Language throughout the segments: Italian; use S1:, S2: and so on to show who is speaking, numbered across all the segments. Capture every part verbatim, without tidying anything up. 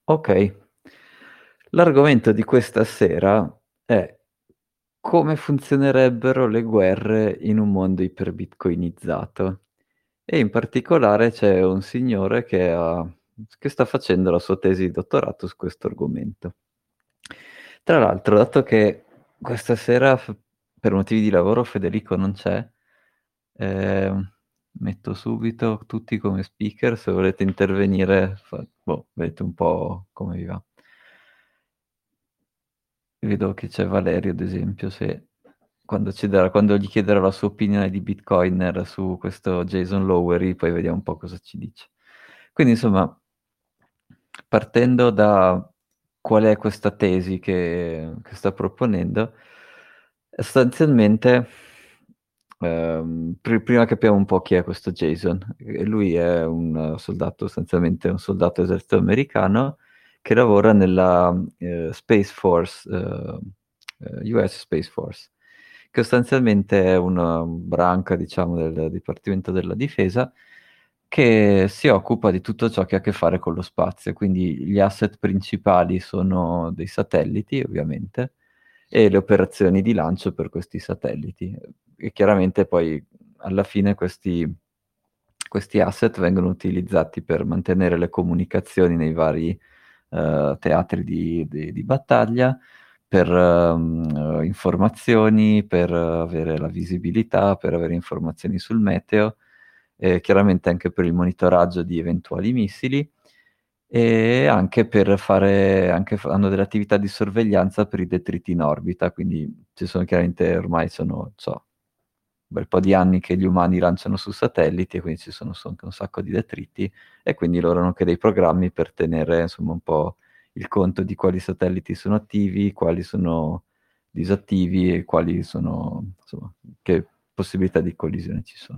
S1: Ok, l'argomento di questa sera è come funzionerebbero le guerre in un mondo iperbitcoinizzato. E in particolare c'è un signore che, ha- che sta facendo la sua tesi di dottorato su questo argomento. Tra l'altro, dato che questa sera, f- per motivi di lavoro, Federico non c'è, eh, metto subito tutti come speaker, se volete intervenire, fa- boh, vedete un po' come vi va. Vedo che c'è Valerio, ad esempio, se quando, ci darà- quando gli chiederò la sua opinione di Bitcoiner su questo Jason Lowery, poi vediamo un po' cosa ci dice. Quindi, insomma, partendo da qual è questa tesi che, che sta proponendo, sostanzialmente, ehm, pri- prima capiamo un po' chi è questo Jason. E Lui è un soldato, sostanzialmente un soldato esercito americano che lavora nella eh, Space Force, eh, eh, U S Space Force, che sostanzialmente è una branca, diciamo, del Dipartimento della Difesa che si occupa di tutto ciò che ha a che fare con lo spazio. Quindi gli asset principali sono dei satelliti, ovviamente, e le operazioni di lancio per questi satelliti. E chiaramente poi alla fine questi, questi asset vengono utilizzati per mantenere le comunicazioni nei vari eh, teatri di, di- di battaglia, per ehm, eh, informazioni, per eh, avere la visibilità, per avere informazioni sul meteo, e chiaramente anche per il monitoraggio di eventuali missili e anche per fare, anche, fa- hanno delle attività di sorveglianza per i detriti in orbita, quindi ci sono chiaramente ormai sono, non so, un bel po' di anni che gli umani lanciano su satelliti e quindi ci sono, sono anche un sacco di detriti e quindi loro hanno anche dei programmi per tenere insomma un po' il conto di quali satelliti sono attivi, quali sono disattivi e quali sono, insomma, che possibilità di collisione ci sono.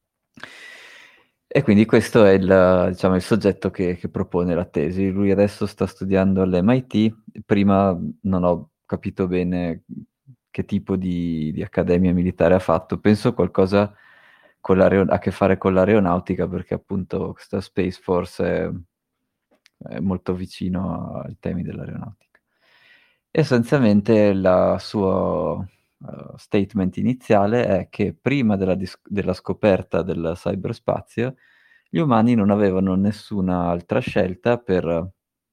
S1: E quindi questo è il, diciamo, il soggetto che, che propone la tesi. Lui adesso sta studiando all'M I T, prima non ho capito bene che tipo di, di accademia militare ha fatto, penso qualcosa con l'aereo- a che fare con l'aeronautica, perché appunto questa Space Force è, è molto vicino ai temi dell'aeronautica. Essenzialmente il suo eh, statement iniziale è che prima della, dis- della scoperta del cyberspazio, gli umani non avevano nessuna altra scelta per,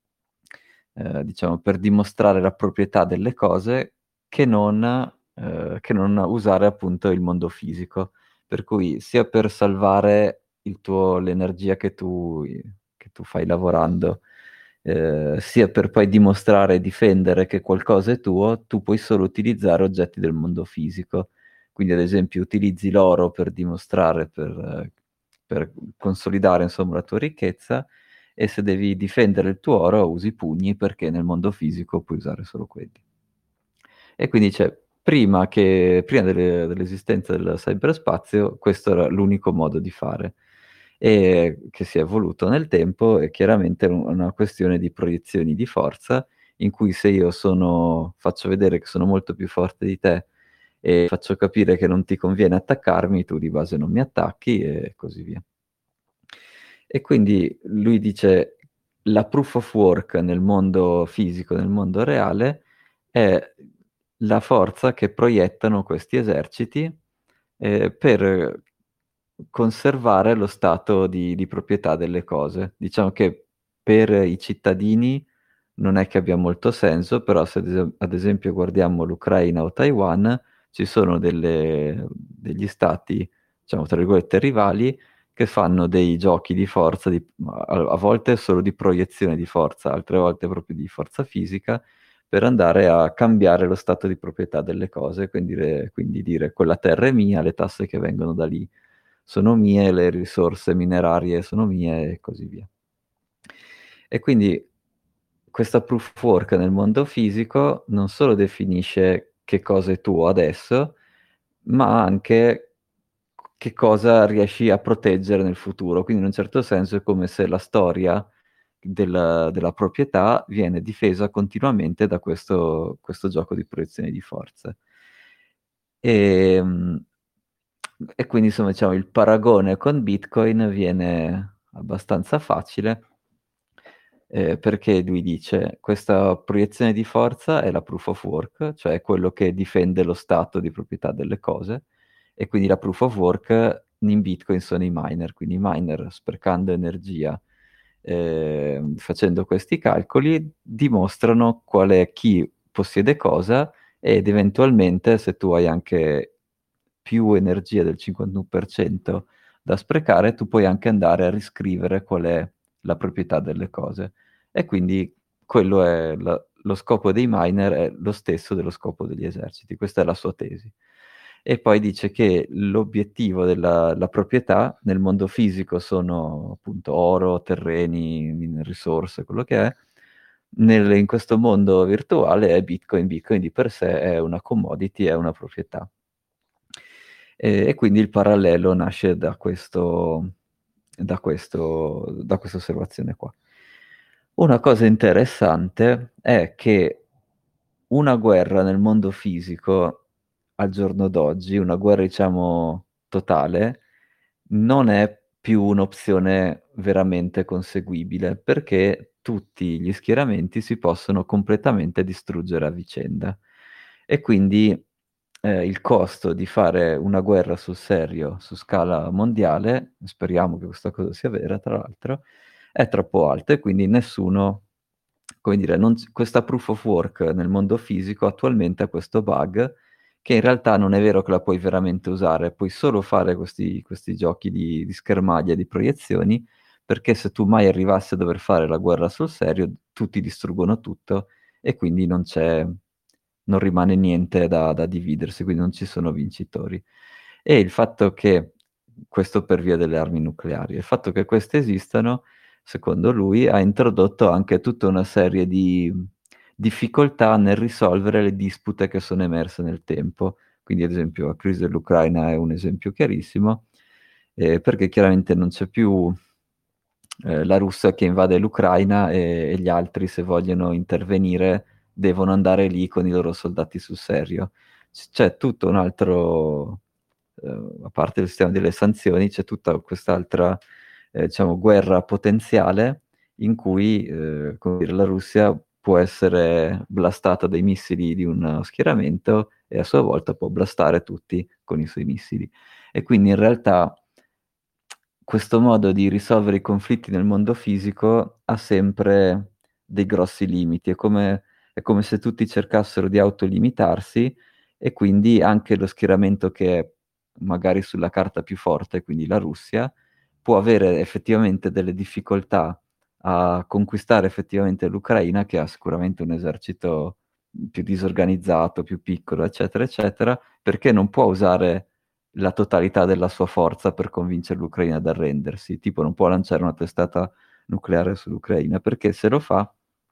S1: eh, diciamo, per dimostrare la proprietà delle cose che non, eh, che non usare appunto il mondo fisico. Per cui sia per salvare il tuo, l'energia che tu, che tu fai lavorando, eh, sia per poi dimostrare e difendere che qualcosa è tuo, tu puoi solo utilizzare oggetti del mondo fisico. Quindi, ad esempio, utilizzi l'oro per dimostrare, per, eh, per consolidare, insomma, la tua ricchezza, e se devi difendere il tuo oro usi i pugni perché nel mondo fisico puoi usare solo quelli. E quindi c'è, prima che, prima delle- dell'esistenza del cyberspazio, questo era l'unico modo di fare, e che si è evoluto nel tempo, e chiaramente è un- una questione di proiezioni di forza, in cui se io sono, faccio vedere che sono molto più forte di te e faccio capire che non ti conviene attaccarmi, tu di base non mi attacchi e così via. E quindi lui dice la proof of work nel mondo fisico, nel mondo reale, è la forza che proiettano questi eserciti eh, per conservare lo stato di, di proprietà delle cose. Diciamo che per i cittadini non è che abbia molto senso, però se ad es- ad esempio guardiamo l'Ucraina o Taiwan, ci sono delle- degli stati, diciamo, tra virgolette, rivali che fanno dei giochi di forza, di- a, a volte solo di proiezione di forza, altre volte proprio di forza fisica, per andare a cambiare lo stato di proprietà delle cose, quindi, dire- quindi dire quella terra è mia, le tasse che vengono da lì sono mie, le risorse minerarie sono mie e così via. E quindi questa proof of work nel mondo fisico non solo definisce che cosa è tuo adesso, ma anche che cosa riesci a proteggere nel futuro. Quindi in un certo senso è come se la storia della, della proprietà viene difesa continuamente da questo, questo gioco di proiezione di forze. E, mh, e quindi insomma diciamo il paragone con Bitcoin viene abbastanza facile Eh, perché lui dice questa proiezione di forza è la proof of work, cioè quello che difende lo stato di proprietà delle cose, e quindi la proof of work in Bitcoin sono i miner, quindi i miner sprecando energia, eh, facendo questi calcoli, dimostrano qual è chi possiede cosa ed eventualmente se tu hai anche più energia del cinquantuno per cento da sprecare, tu puoi anche andare a riscrivere qual è la proprietà delle cose. E quindi quello è la- lo scopo dei miner è lo stesso dello scopo degli eserciti. Questa è la sua tesi. E poi dice che l'obiettivo della la proprietà nel mondo fisico sono appunto oro, terreni, min- risorse, quello che è. Nel- in questo mondo virtuale è Bitcoin. Bitcoin di per sé è una commodity, è una proprietà. E, e quindi il parallelo nasce da questo, da questo, da questa osservazione qua. Una cosa interessante è che una guerra nel mondo fisico al giorno d'oggi, una guerra diciamo totale, non è più un'opzione veramente conseguibile perché tutti gli schieramenti si possono completamente distruggere a vicenda. E quindi eh, il costo di fare una guerra sul serio su scala mondiale, speriamo che questa cosa sia vera, tra l'altro, è troppo alto e quindi nessuno, come dire, non c- questa proof of work nel mondo fisico attualmente ha questo bug che in realtà non è vero che la puoi veramente usare, puoi solo fare questi, questi giochi di, di schermaglia, di proiezioni, perché se tu mai arrivassi a dover fare la guerra sul serio, tutti distruggono tutto e quindi non c'è, non rimane niente da, da dividersi, quindi non ci sono vincitori. E il fatto che, questo per via delle armi nucleari, il fatto che queste esistano, secondo lui, ha introdotto anche tutta una serie di difficoltà nel risolvere le dispute che sono emerse nel tempo. Quindi, ad esempio, la crisi dell'Ucraina è un esempio chiarissimo, eh, perché chiaramente non c'è più eh, la Russia che invade l'Ucraina e, e gli altri, se vogliono intervenire, devono andare lì con i loro soldati sul serio. C- C'è tutto un altro, eh, a parte il sistema delle sanzioni, c'è tutta quest'altra, eh, diciamo, guerra potenziale in cui, eh, come dire, la Russia può essere blastata dai missili di uno schieramento e a sua volta può blastare tutti con i suoi missili. E quindi in realtà questo modo di risolvere i conflitti nel mondo fisico ha sempre dei grossi limiti. È come, è come se tutti cercassero di autolimitarsi e quindi anche lo schieramento che è magari sulla carta più forte, quindi la Russia, può avere effettivamente delle difficoltà a conquistare effettivamente l'Ucraina, che ha sicuramente un esercito più disorganizzato, più piccolo, eccetera, eccetera, perché non può usare la totalità della sua forza per convincere l'Ucraina ad arrendersi. Tipo, non può lanciare una testata nucleare sull'Ucraina, perché se lo fa,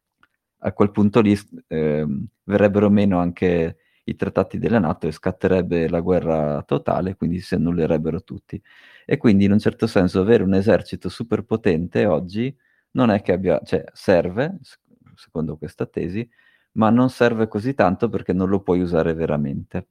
S1: a quel punto lì ehm, verrebbero meno anche i trattati della NATO e scatterebbe la guerra totale, quindi si annullerebbero tutti. E quindi in un certo senso avere un esercito superpotente oggi non è che abbia, cioè serve, s- secondo questa tesi, ma non serve così tanto perché non lo puoi usare veramente.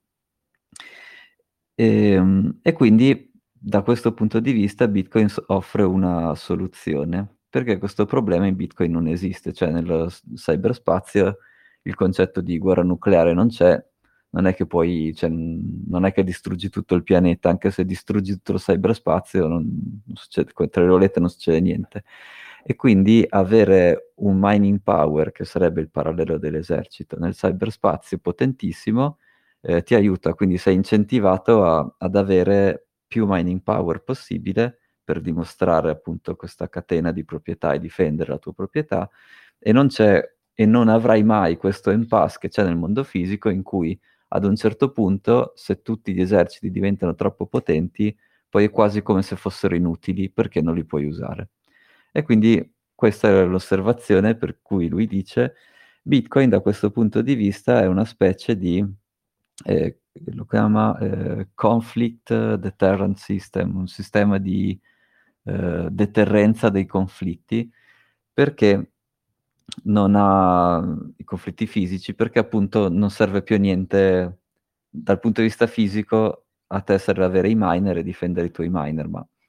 S1: Ehm, E, quindi da questo punto di vista Bitcoin s- offre una soluzione, perché questo problema in Bitcoin non esiste, cioè nello s- cyberspazio il concetto di guerra nucleare non c'è, non è che poi, cioè, n- non è che distruggi tutto il pianeta, anche se distruggi tutto il cyberspazio, non, non succede, tra virgolette non succede niente. E quindi avere un mining power, che sarebbe il parallelo dell'esercito, nel cyberspazio potentissimo, eh, ti aiuta, quindi sei incentivato a- ad avere più mining power possibile per dimostrare appunto questa catena di proprietà e difendere la tua proprietà, e non c'è e non avrai mai questo impasse che c'è nel mondo fisico in cui ad un certo punto, se tutti gli eserciti diventano troppo potenti, poi è quasi come se fossero inutili perché non li puoi usare. E quindi questa è l'osservazione per cui lui dice Bitcoin da questo punto di vista è una specie di, eh, lo chiama eh, Conflict Deterrent System, un sistema di eh, deterrenza dei conflitti, perché non ha i conflitti fisici, perché appunto non serve più a niente dal punto di vista fisico, a te serve avere i miner e difendere i tuoi miner, ma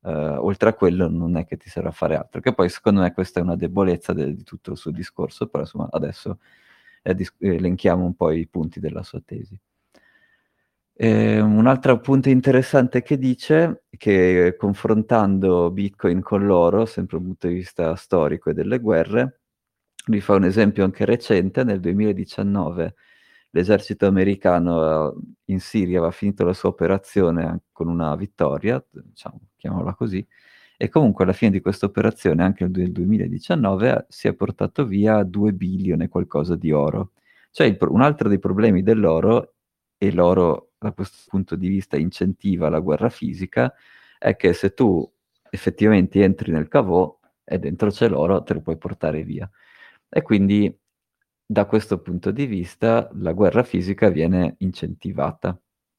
S1: eh, oltre a quello non è che ti serve a fare altro, che poi secondo me questa è una debolezza de- di tutto il suo discorso, però insomma adesso eh, dis- elenchiamo un po' i punti della sua tesi. Eh, un altro punto interessante che dice è che confrontando Bitcoin con l'oro, sempre dal punto di vista storico e delle guerre, lui fa un esempio anche recente. Nel duemiladiciannove l'esercito americano eh, in Siria aveva finito la sua operazione con una vittoria, diciamo, chiamiamola così, e comunque alla fine di questa operazione, anche nel duemiladiciannove, si è portato via due bilioni e qualcosa di oro. Cioè, il pro- un altro dei problemi dell'oro, e l'oro da questo punto di vista incentiva la guerra fisica, è che se tu effettivamente entri nel cavò e dentro c'è l'oro, te lo puoi portare via. E quindi da questo punto di vista la guerra fisica viene incentivata.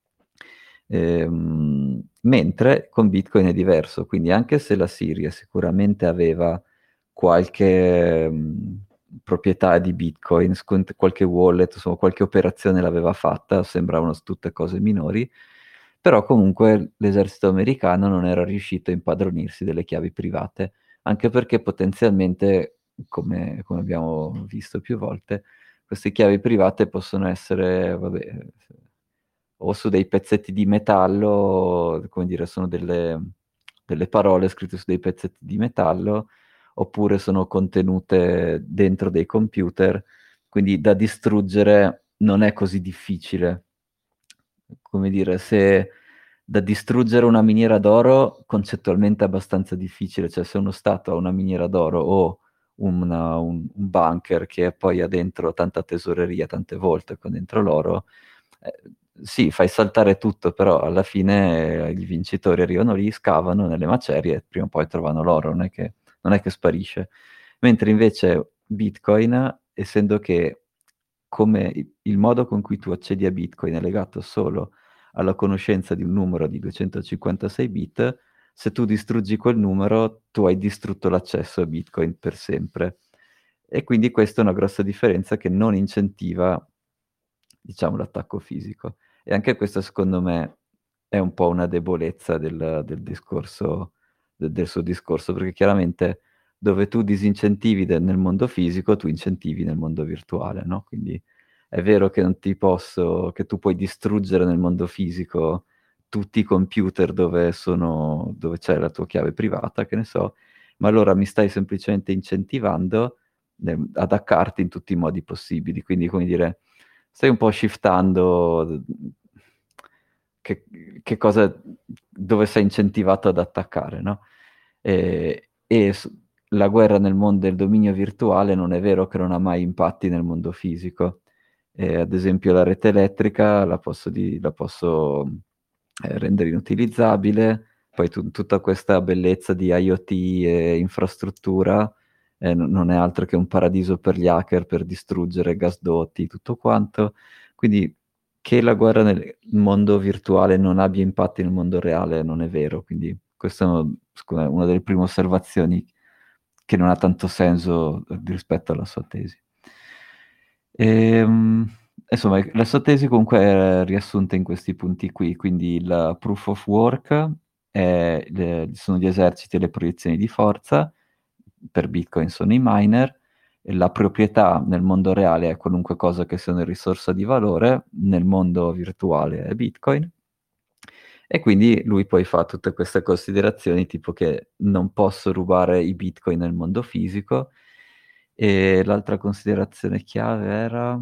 S1: Ehm, mentre con Bitcoin è diverso, quindi anche se la Siria sicuramente aveva qualche mh, proprietà di Bitcoin, scont- qualche wallet, insomma qualche operazione l'aveva fatta, sembravano tutte cose minori, però comunque l'esercito americano non era riuscito a impadronirsi delle chiavi private, anche perché potenzialmente, come, come abbiamo visto più volte, queste chiavi private possono essere, vabbè, o su dei pezzetti di metallo, come dire, sono delle, delle parole scritte su dei pezzetti di metallo, oppure sono contenute dentro dei computer, quindi da distruggere non è così difficile. Come dire, se da distruggere una miniera d'oro, concettualmente è abbastanza difficile, cioè se uno Stato ha una miniera d'oro o una- un, un bunker che poi ha dentro tanta tesoreria tante volte con dentro l'oro, eh, sì, fai saltare tutto, però alla fine eh, i vincitori arrivano lì, scavano nelle macerie e prima o poi trovano l'oro, non è che, non è che sparisce. Mentre invece Bitcoin, essendo che come i- il modo con cui tu accedi a Bitcoin è legato solo alla conoscenza di un numero di duecentocinquantasei bit, se tu distruggi quel numero, tu hai distrutto l'accesso a Bitcoin per sempre. E quindi questa è una grossa differenza che non incentiva, diciamo, l'attacco fisico. E anche questa, secondo me, è un po' una debolezza del, del discorso, de- del suo discorso, perché chiaramente dove tu disincentivi de- nel mondo fisico, tu incentivi nel mondo virtuale, no? Quindi è vero che non ti posso, che tu puoi distruggere nel mondo fisico tutti i computer dove sono, dove c'è la tua chiave privata, che ne so, ma allora mi stai semplicemente incentivando eh, ad hackarti in tutti i modi possibili. Quindi, come dire, stai un po' shiftando che, che cosa, dove sei incentivato ad attaccare, no? E, e s- la guerra nel mondo del dominio virtuale non è vero che non ha mai impatti nel mondo fisico. Eh, ad esempio la rete elettrica la posso, di- la posso eh, rendere inutilizzabile, poi tu- tutta questa bellezza di IoT e infrastruttura eh, n- non è altro che un paradiso per gli hacker per distruggere gasdotti, tutto quanto. Quindi che la guerra nel mondo virtuale non abbia impatti nel mondo reale non è vero, quindi questa è uno- secondo me, una delle prime osservazioni che non ha tanto senso rispetto alla sua tesi. Ehm, insomma, la sua tesi comunque è riassunta in questi punti qui, quindi il proof of work è le- sono gli eserciti e le proiezioni di forza, per Bitcoin sono i miner, e la proprietà nel mondo reale è qualunque cosa che sia una risorsa di valore, nel mondo virtuale è Bitcoin. E quindi lui poi fa tutte queste considerazioni, tipo che non posso rubare i Bitcoin nel mondo fisico. E l'altra considerazione chiave era...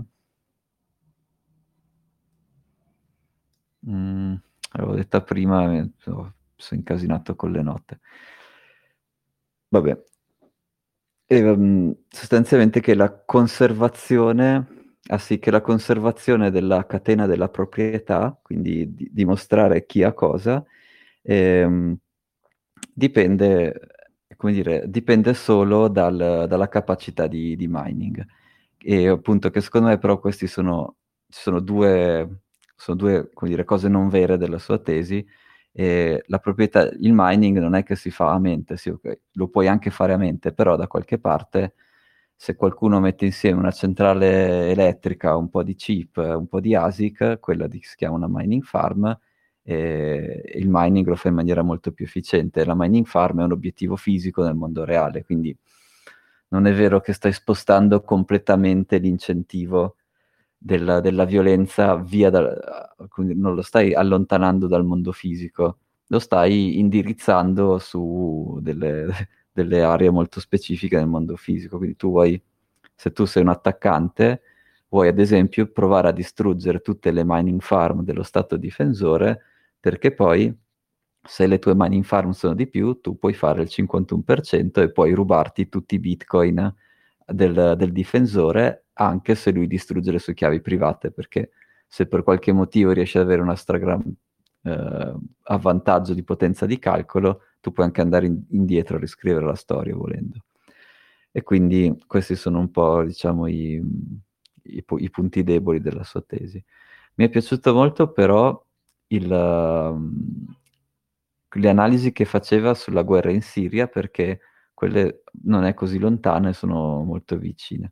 S1: mm, l'avevo detta prima, mi sono sono incasinato con le note. Vabbè, e, mm, sostanzialmente che la conservazione, ah sì, che la conservazione della catena della proprietà, quindi di- dimostrare chi ha cosa, ehm, dipende, come dire, dipende solo dal- dalla capacità di, di mining. E appunto che secondo me però questi sono, ci sono due, sono due, come dire, cose non vere della sua tesi. E la proprietà, il mining non è che si fa a mente, sì, ok, lo puoi anche fare a mente, però da qualche parte se qualcuno mette insieme una centrale elettrica, un po' di chip, un po' di ASIC, quella di- si chiama una mining farm, e il mining lo fa in maniera molto più efficiente. La mining farm è un obiettivo fisico nel mondo reale, quindi non è vero che stai spostando completamente l'incentivo della, della violenza via da, quindi non lo stai allontanando dal mondo fisico, lo stai indirizzando su delle, delle aree molto specifiche nel mondo fisico. Quindi tu vuoi, se tu sei un attaccante, vuoi ad esempio provare a distruggere tutte le mining farm dello stato difensore, perché poi se le tue mining farm sono di più, tu puoi fare il cinquantuno per cento e puoi rubarti tutti i bitcoin del, del difensore, anche se lui distrugge le sue chiavi private, perché se per qualche motivo riesci ad avere una stragrande eh, avvantaggio di potenza di calcolo, tu puoi anche andare in- indietro a riscrivere la storia volendo. E quindi questi sono un po', diciamo, i, i pu- i punti deboli della sua tesi. Mi è piaciuto molto però il, um, le analisi che faceva sulla guerra in Siria, perché quelle non è così lontane, sono molto vicine.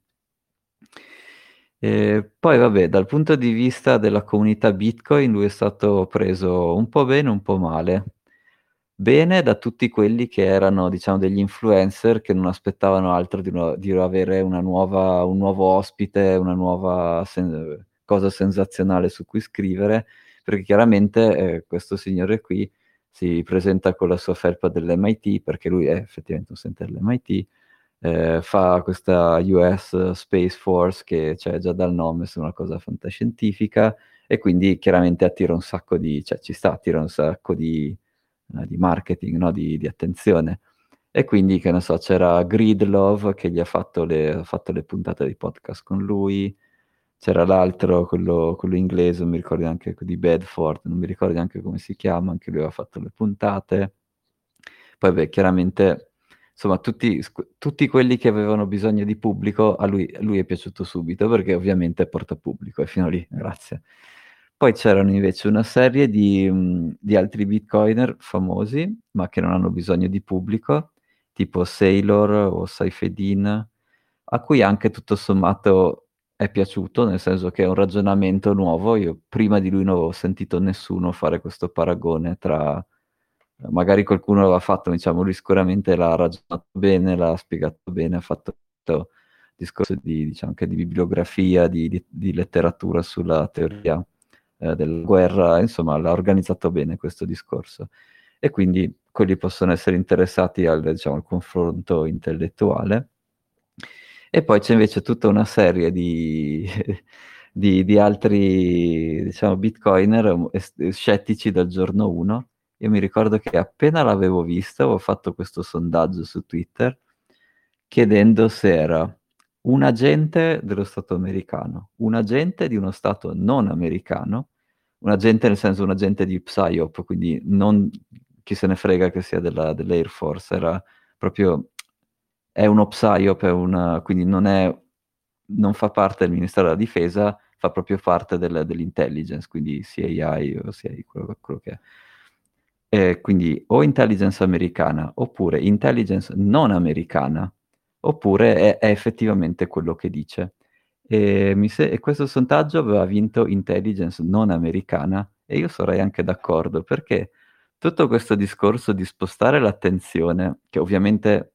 S1: E poi, vabbè, dal punto di vista della comunità Bitcoin, lui è stato preso un po' bene, un po' male. Bene da tutti quelli che erano, diciamo, degli influencer che non aspettavano altro di, una- di avere una nuova, un nuovo ospite, una nuova sen- cosa sensazionale su cui scrivere, perché chiaramente eh, questo signore qui si presenta con la sua felpa dell'M I T, perché lui è effettivamente un studente dell'M I T, eh, fa questa U S Space Force che c'è già dal nome, è una cosa fantascientifica, e quindi chiaramente attira un sacco di, cioè ci sta, attira un sacco di, eh, di marketing, no? Di, di attenzione. E quindi, che ne so, c'era Gridlove che gli ha fatto le, ha fatto le puntate di podcast con lui, c'era l'altro, quello, quello inglese, non mi ricordo neanche di Bedford, non mi ricordo neanche come si chiama, anche lui aveva fatto le puntate. Poi, beh, chiaramente, insomma, tutti, sc- tutti quelli che avevano bisogno di pubblico, a lui, a lui è piaciuto subito, perché ovviamente porta pubblico, e fino lì, grazie. Poi c'erano invece una serie di, mh, di altri bitcoiner famosi, ma che non hanno bisogno di pubblico, tipo Sailor o Saifedin, a cui anche tutto sommato è piaciuto, nel senso che è un ragionamento nuovo. Io prima di lui non avevo sentito nessuno fare questo paragone tra, magari qualcuno l'aveva fatto, diciamo, lui sicuramente l'ha ragionato bene, l'ha spiegato bene, ha fatto questo discorso di, diciamo, anche di bibliografia, di, di- di letteratura sulla teoria eh, della guerra, insomma, l'ha organizzato bene questo discorso. E quindi quelli possono essere interessati al, diciamo, al confronto intellettuale. E poi c'è invece tutta una serie di, di- di altri, diciamo, bitcoiner um, es- scettici dal giorno uno. Io mi ricordo che appena l'avevo vista, avevo fatto questo sondaggio su Twitter chiedendo se era un agente dello Stato americano, un agente di uno Stato non americano, un agente nel senso un agente di PSYOP, quindi non chi se ne frega che sia della- dell'Air Force, era proprio, è uno PSYOP, è una- quindi non è, non fa parte del Ministero della Difesa, fa proprio parte del- dell'intelligence, quindi C I A o C I A, quello, quello che è. Eh, quindi o intelligence americana oppure intelligence non americana, oppure è, è effettivamente quello che dice. E, mi se- e questo sondaggio aveva vinto intelligence non americana, e io sarei anche d'accordo, perché tutto questo discorso di spostare l'attenzione, che ovviamente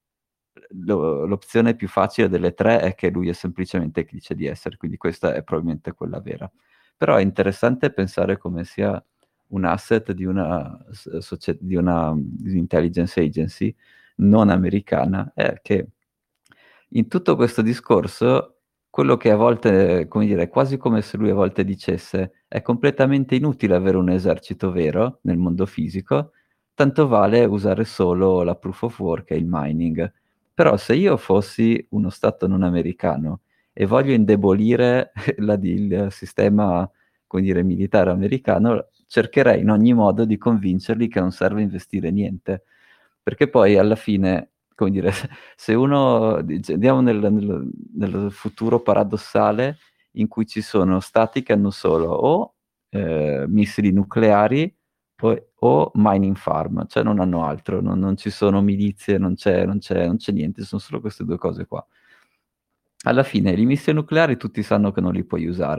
S1: lo- l'opzione più facile delle tre è che lui è semplicemente chi dice di essere, quindi questa è probabilmente quella vera. Però è interessante pensare come sia un asset di una, s- socie- di una mm, intelligence agency non americana, è che in tutto questo discorso, quello che a volte, come dire, è quasi come se lui a volte dicesse è completamente inutile avere un esercito vero nel mondo fisico, tanto vale usare solo la proof of work e il mining. Però se io fossi uno stato non americano e voglio indebolire la- il sistema, come dire, militare americano, cercherei in ogni modo di convincerli che non serve investire niente. Perché poi alla fine, come dire, se uno, dice- andiamo nel, nel- nel futuro paradossale in cui ci sono stati che hanno solo o eh, missili nucleari o, o mining farm, cioè non hanno altro, non, non ci sono milizie, non c'è non c'è- non c'è niente, sono solo queste due cose qua. Alla fine, i missili nucleari tutti sanno che non li puoi usare,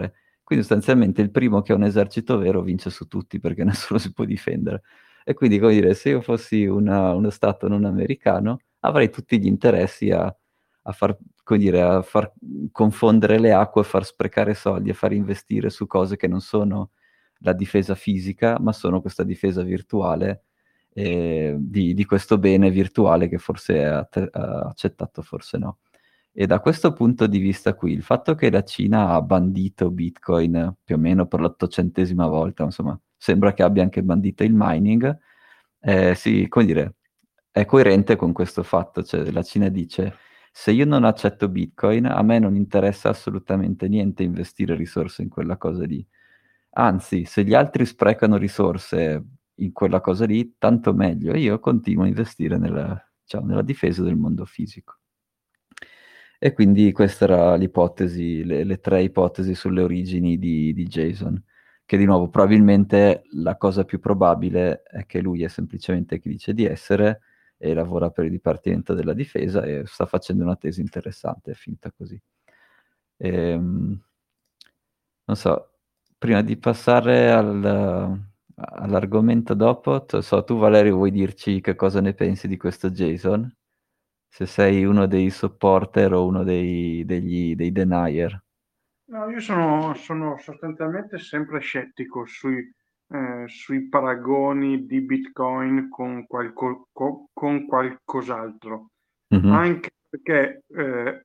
S1: Quindi sostanzialmente il primo che ha un esercito vero vince su tutti perché nessuno si può difendere. E quindi, come dire, se io fossi una- uno Stato non americano, avrei tutti gli interessi a, a far, come dire, a far confondere le acque, far sprecare soldi, a far investire su cose che non sono la difesa fisica, ma sono questa difesa virtuale eh, di, di questo bene virtuale che forse è att- accettato, forse no. E da questo punto di vista qui, il fatto che la Cina ha bandito Bitcoin più o meno per l'ottocentesima volta, insomma, sembra che abbia anche bandito il mining, eh, sì, come dire, è coerente con questo fatto, cioè la Cina dice, se io non accetto Bitcoin, a me non interessa assolutamente niente investire risorse in quella cosa lì. Anzi, se gli altri sprecano risorse in quella cosa lì, tanto meglio. Io continuo a investire nella, diciamo, nella difesa del mondo fisico. E quindi questa era l'ipotesi, le, le tre ipotesi sulle origini di, di Jason, che di nuovo probabilmente la cosa più probabile è che lui è semplicemente chi dice di essere e lavora per il Dipartimento della Difesa e sta facendo una tesi interessante, è finita così. Ehm, non so, prima di passare al- all'argomento dopo, t- so, tu Valerio vuoi dirci che cosa ne pensi di questo Jason? Se sei uno dei supporter o uno dei, degli, dei denier.
S2: No, io sono, sono sostanzialmente sempre scettico sui, eh, sui paragoni di Bitcoin con, qualco- co- con qualcos'altro,
S1: Mhm.
S2: anche perché eh,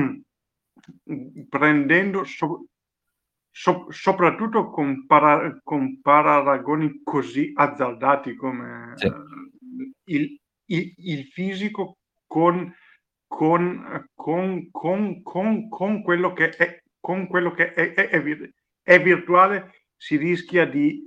S2: prendendo so- so- soprattutto con, para- con paragoni così azzardati come
S1: Sì,
S2: eh, il, il- il fisico con, con, con, con, con, con quello che è, con quello che è, è, è vir- è virtuale, si rischia di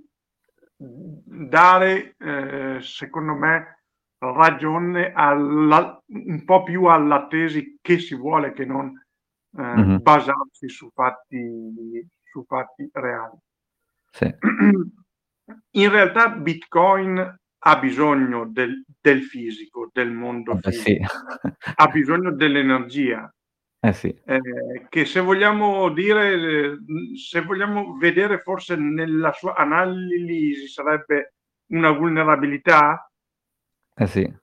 S2: dare, eh, secondo me, ragione alla, un po' più alla tesi che si vuole che non eh,
S1: mhm,
S2: basarsi su fatti, su fatti reali.
S1: sì.
S2: In realtà Bitcoin ha bisogno del, del fisico, del mondo
S1: Vabbè, sì.
S2: fisico, ha bisogno dell'energia,
S1: Eh sì,
S2: eh, che se vogliamo dire, eh, se vogliamo vedere forse nella sua analisi sarebbe una vulnerabilità,
S1: eh sì,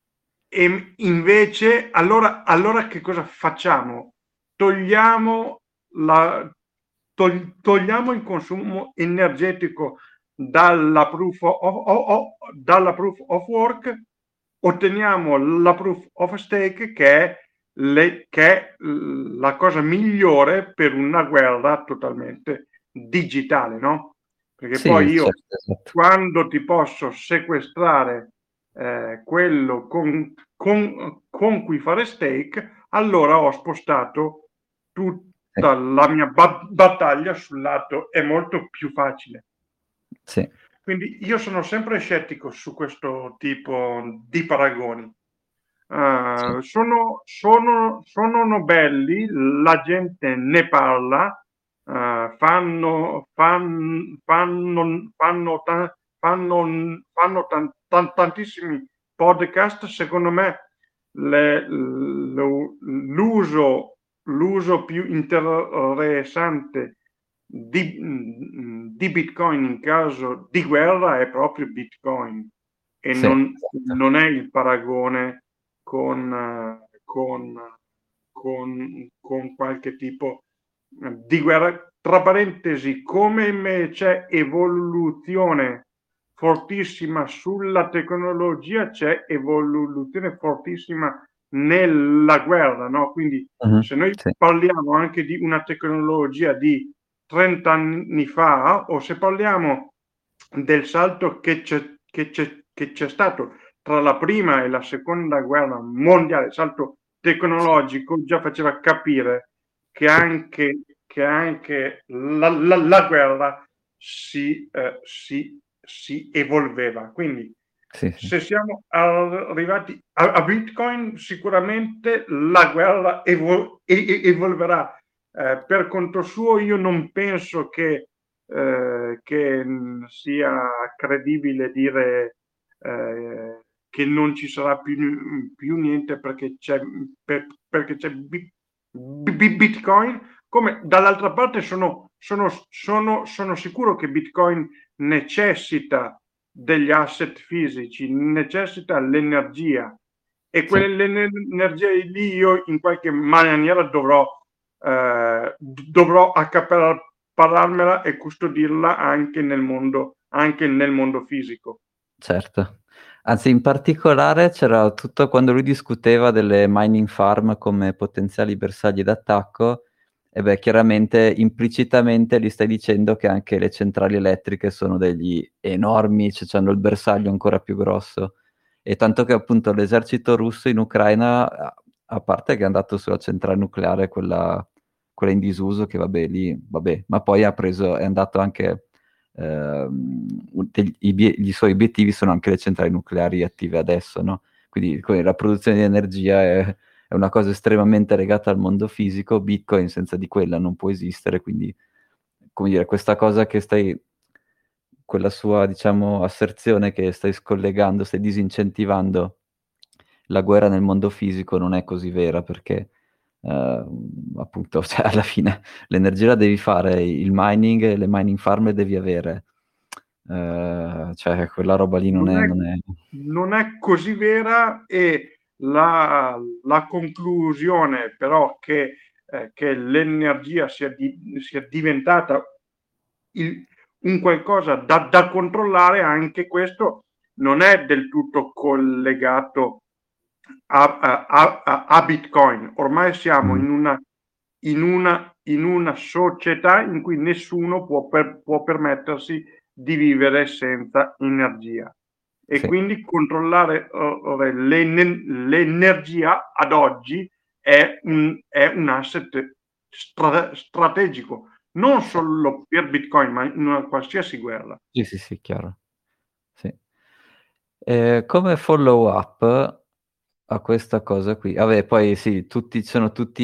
S2: e invece allora, allora che cosa facciamo? Togliamo, la, tol- togliamo il consumo energetico dalla proof of, of- of- dalla proof of work, otteniamo la proof of stake che è, le, che è la cosa migliore per una guerra totalmente digitale, no? Perché
S1: sì,
S2: poi io,
S1: certo, esatto.
S2: quando ti posso sequestrare eh, quello con, con, con cui fare stake, allora ho spostato
S1: Sì,
S2: tutta la mia ba- battaglia sul lato, è molto più facile.
S1: sì,
S2: Quindi io sono sempre scettico su questo tipo di paragoni.
S1: sì,
S2: Uh, sono, sono, sono belli, la gente ne parla, uh, fanno, fan, fanno, fanno, ta- fanno, fanno tan- tan- tantissimi podcast. Secondo me le- lo- l'uso, l'uso più interessante di, di Bitcoin in caso di guerra è proprio Bitcoin e
S1: sì,
S2: non,
S1: esatto.
S2: non è il paragone con, eh, con, con, con qualche tipo di guerra. Tra parentesi, come c'è evoluzione fortissima sulla tecnologia, c'è evoluzione fortissima nella guerra, no? Quindi
S1: Mhm,
S2: se noi
S1: sì,
S2: parliamo anche di una tecnologia di trenta anni fa o se parliamo del salto che c'è, che c'è, che c'è stato tra la prima e la seconda guerra mondiale, salto
S1: sì,
S2: tecnologico, già faceva capire che
S1: sì,
S2: anche, che anche la, la, la guerra si, eh, si, si evolveva. Quindi
S1: sì, sì.
S2: se siamo arrivati a, a Bitcoin, sicuramente la guerra evol- evolverà. Eh, per conto suo, io non penso che, eh, che sia credibile dire eh, che non ci sarà più, più niente perché c'è, per, perché c'è bi, bi, Bitcoin, come dall'altra parte sono sono, sono, sono sicuro che Bitcoin necessita degli asset fisici, necessita l'energia, e
S1: Sì.
S2: quell'energia lì io in qualche maniera dovrò, eh, dovrò accaparrarmela e custodirla anche nel mondo, anche nel mondo fisico.
S1: Certo. Anzi, in particolare c'era tutto quando lui discuteva delle mining farm come potenziali bersagli d'attacco, e beh, chiaramente implicitamente gli stai dicendo che anche le centrali elettriche sono degli enormi, cioè hanno il bersaglio ancora più grosso. E tanto che appunto l'esercito russo in Ucraina, a a parte che è andato sulla centrale nucleare, quella, quella in disuso, che vabbè lì, vabbè, ma poi ha preso, è andato anche ehm, degli- i, bie- i suoi obiettivi sono anche le centrali nucleari attive adesso, no? Quindi come la produzione di energia è, è una cosa estremamente legata al mondo fisico, Bitcoin senza di quella non può esistere, quindi come dire, questa cosa che stai, quella sua, diciamo, asserzione che stai scollegando, stai disincentivando la guerra nel mondo fisico non è così vera perché eh, appunto, cioè, alla fine l'energia la devi fare, il mining, le mining farm le devi avere. Eh, cioè quella roba lì non
S2: Non
S1: è,
S2: è,
S1: non è...
S2: non è così vera, e la, la conclusione però che, eh, che l'energia sia, di, sia diventata il, un qualcosa da, da controllare, anche questo non è del tutto collegato a, a, a, a Bitcoin. Ormai siamo
S1: Mm,
S2: in una, in, una, in una società in cui nessuno può, per, può permettersi di vivere senza energia, e
S1: sì,
S2: quindi controllare uh, l'en- l'energia ad oggi è un, è un asset stra- strategico, non
S1: sì,
S2: solo per Bitcoin, ma in una qualsiasi guerra.
S1: sì, sì, sì, chiaro. Sì. Eh, come follow up a questa cosa qui, vabbè, poi sì, tutti, sono tutti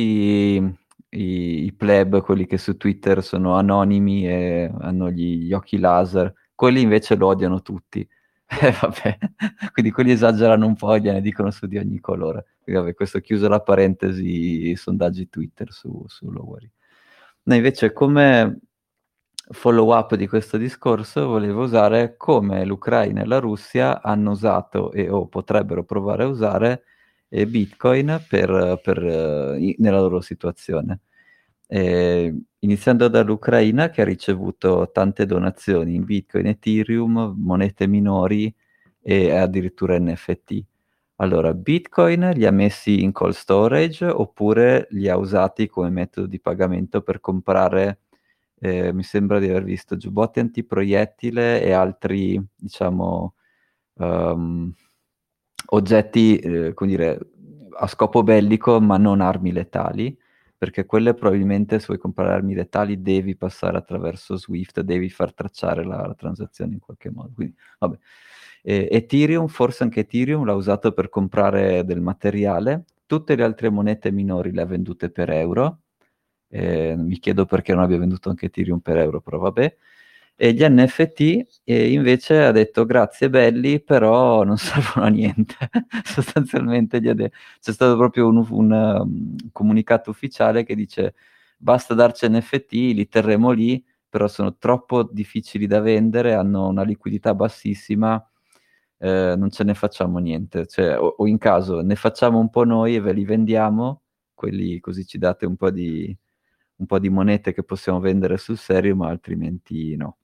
S1: i, i pleb, quelli che su Twitter sono anonimi e hanno gli, gli occhi laser, quelli invece lo odiano tutti. Eh, vabbè, quindi quelli esagerano un po' e gliene dicono su di ogni colore. Quindi, vabbè, questo chiuso la parentesi, i sondaggi Twitter su, su Lowry. No, invece, come follow up di questo discorso, volevo usare come l'Ucraina e la Russia hanno usato e o potrebbero provare a usare eh, Bitcoin per, per, eh, i- nella loro situazione. Eh, iniziando dall'Ucraina che ha ricevuto tante donazioni in Bitcoin, Ethereum, monete minori e addirittura N F T. Allora, Bitcoin li ha messi in cold storage oppure li ha usati come metodo di pagamento per comprare, eh, mi sembra di aver visto giubbotti antiproiettile e altri, diciamo, ehm, oggetti, eh, come dire, a scopo bellico, ma non armi letali, perché quelle probabilmente se vuoi comprare armi letali devi passare attraverso Swift, devi far tracciare la, la transazione in qualche modo. Quindi, vabbè. Eh, Ethereum, forse anche Ethereum l'ha usato per comprare del materiale, tutte le altre monete minori le ha vendute per euro. Eh, mi chiedo perché non abbia venduto anche Ethereum per euro, però vabbè. E gli N F T eh, invece ha detto grazie belli, però non servono a niente. Sostanzialmente gli ha de- c'è stato proprio un, un, um, comunicato ufficiale che dice basta darci N F T, li terremo lì, però sono troppo difficili da vendere, hanno una liquidità bassissima, eh, non ce ne facciamo niente. Cioè, o, o in caso ne facciamo un po' noi e ve li vendiamo, quelli così ci date un po' di, un po' di monete che possiamo vendere sul serio, ma altrimenti no.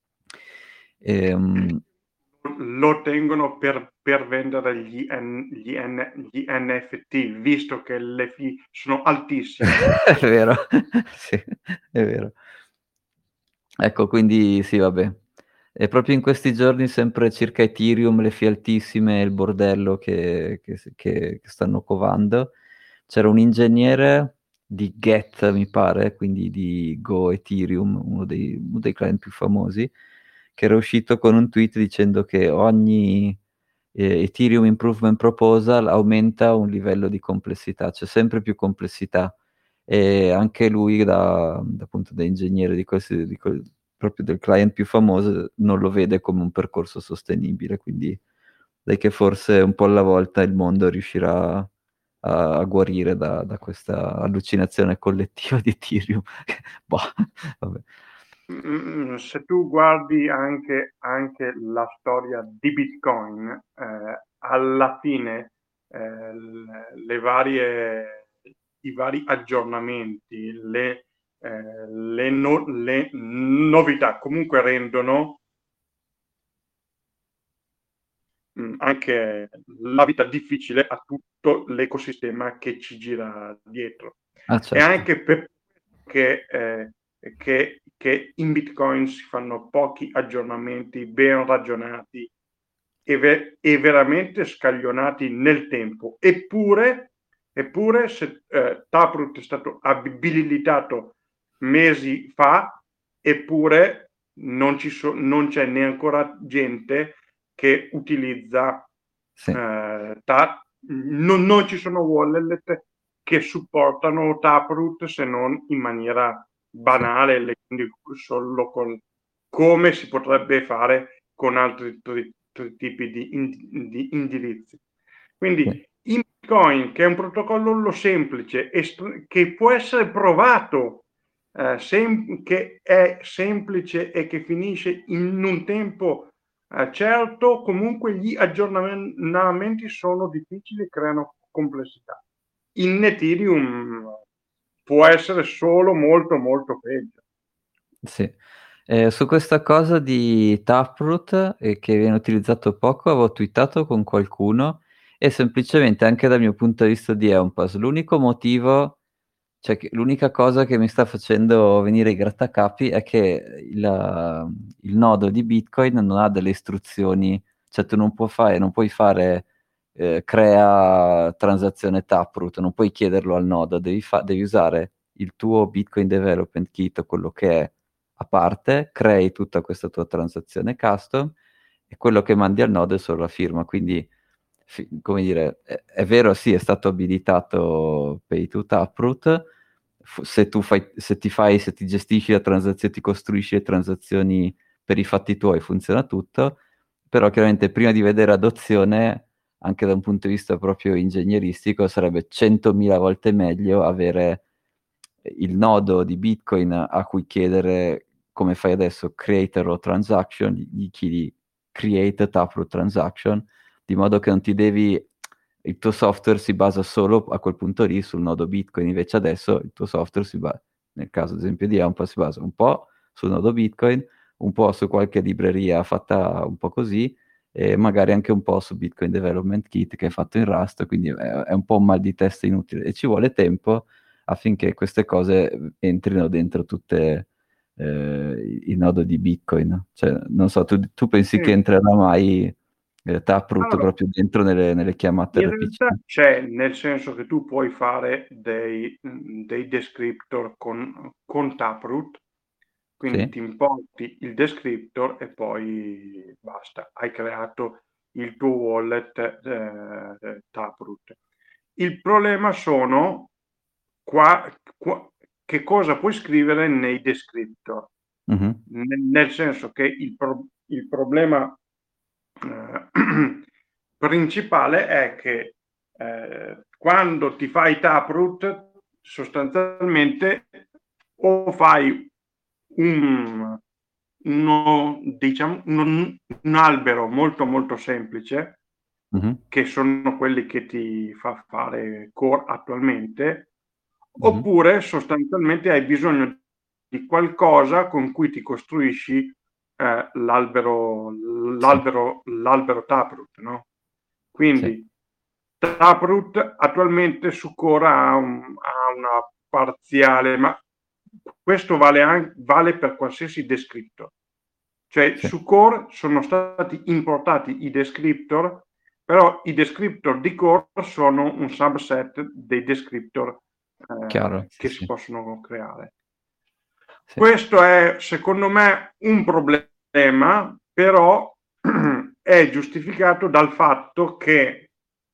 S1: Ehm,
S2: Lo tengono per, per vendere gli, N, gli, N, gli N F T, visto che le fee sono altissime.
S1: È vero, sì, è vero. Ecco, quindi sì, vabbè. E proprio in questi giorni, sempre circa Ethereum, le fee altissime e il bordello che, che- che- che stanno covando, c'era un ingegnere di Geth, mi pare, quindi di Go Ethereum, uno dei, uno dei client più famosi, che era uscito con un tweet dicendo che ogni eh, Ethereum Improvement Proposal aumenta un livello di complessità, c'è sempre più complessità. E anche lui, da, da, appunto, da ingegnere di questi, di quel- proprio del client più famoso, non lo vede come un percorso sostenibile, quindi dai che forse un po' alla volta il mondo riuscirà a, a guarire da, da questa allucinazione collettiva di Ethereum. Boh, vabbè.
S2: Se tu guardi anche, anche la storia di Bitcoin, eh, alla fine eh, le varie, i vari aggiornamenti, le, eh, le, no, le novità comunque rendono mh, anche la vita difficile a tutto l'ecosistema che ci gira dietro.
S1: Ah,
S2: E
S1: certo.
S2: anche perché eh, che, che in Bitcoin si fanno pochi aggiornamenti ben ragionati e, ve- e veramente scaglionati nel tempo. Eppure, eppure se eh, Taproot è stato abilitato mesi fa, eppure non, ci so- non c'è né ancora gente che utilizza
S1: Sì.
S2: eh, ta- non, non ci sono wallet che supportano Taproot se non in maniera banale, sì. Quindi solo con come si potrebbe fare con altri t- t- tipi di, in- di indirizzi. Quindi
S1: Sì.
S2: in Bitcoin, che è un protocollo semplice e che può essere provato, eh, sem- che è semplice e che finisce in un tempo eh, certo, comunque gli aggiornamenti sono difficili e creano complessità. In Ethereum può essere solo molto molto peggio.
S1: Sì. Eh, su questa cosa di Taproot, eh, che viene utilizzato poco, avevo twittato con qualcuno e semplicemente anche dal mio punto di vista di Empass, l'unico motivo, cioè che- l'unica cosa che mi sta facendo venire i grattacapi è che il, il nodo di Bitcoin non ha delle istruzioni, cioè tu non puoi fare, non puoi fare eh, crea transazione Taproot, non puoi chiederlo al nodo, devi, fa- devi usare il tuo Bitcoin Development Kit, quello che è a parte, crei tutta questa tua transazione custom e quello che mandi al nodo è solo la firma. Quindi, fi- come dire, è, è vero, sì, è stato abilitato Pay to Taproot. F- Se tu fai, se ti fai, se ti gestisci la transazione, ti costruisci le transazioni per i fatti tuoi, funziona tutto. Però chiaramente prima di vedere adozione, anche da un punto di vista proprio ingegneristico, sarebbe centomila volte meglio avere il nodo di Bitcoin a cui chiedere, come fai adesso, create a raw transaction, gli chiedi create a Taproot transaction, di modo che non ti devi, il tuo software si basa solo a quel punto lì sul nodo Bitcoin, invece adesso il tuo software si basa, nel caso ad esempio di Ampa, si basa un po' sul nodo Bitcoin, un po' su qualche libreria fatta un po' così, e magari anche un po' su Bitcoin Development Kit che è fatto in Rust, quindi è, è un po' un mal di testa inutile e ci vuole tempo affinché queste cose entrino dentro tutte eh, il nodo di Bitcoin. Cioè, non so, tu, tu pensi che
S2: Sì.
S1: entrerà mai eh, Taproot
S2: Allora,
S1: proprio dentro nelle, nelle chiamate
S2: in
S1: R P C?
S2: realtà c'è, nel senso che tu puoi fare dei, dei descriptor con, con Taproot, quindi
S1: Sì?
S2: ti importi il descriptor e poi basta, hai creato il tuo wallet eh, Taproot. Il problema sono qua, qua, che cosa puoi scrivere nei descriptor,
S1: Mhm.
S2: nel, nel senso che il, pro, il problema eh, principale è che eh, quando ti fai Taproot sostanzialmente o fai un, uno, diciamo, un, un albero molto molto semplice,
S1: Mhm.
S2: che sono quelli che ti fa fare Core attualmente,
S1: Mhm.
S2: oppure sostanzialmente hai bisogno di qualcosa con cui ti costruisci eh, l'albero,
S1: Sì,
S2: l'albero, l'albero Taproot, no?
S1: sì,
S2: Quindi Taproot attualmente su Core ha, un, ha una parziale, ma questo vale, anche, vale per qualsiasi descriptor. Cioè
S1: sì,
S2: su Core sono stati importati i descriptor, però i descriptor di Core sono un subset dei descriptor
S1: chiaro,
S2: eh,
S1: sì,
S2: che si
S1: sì,
S2: possono creare.
S1: sì.
S2: Questo è secondo me un problema, però è giustificato dal fatto che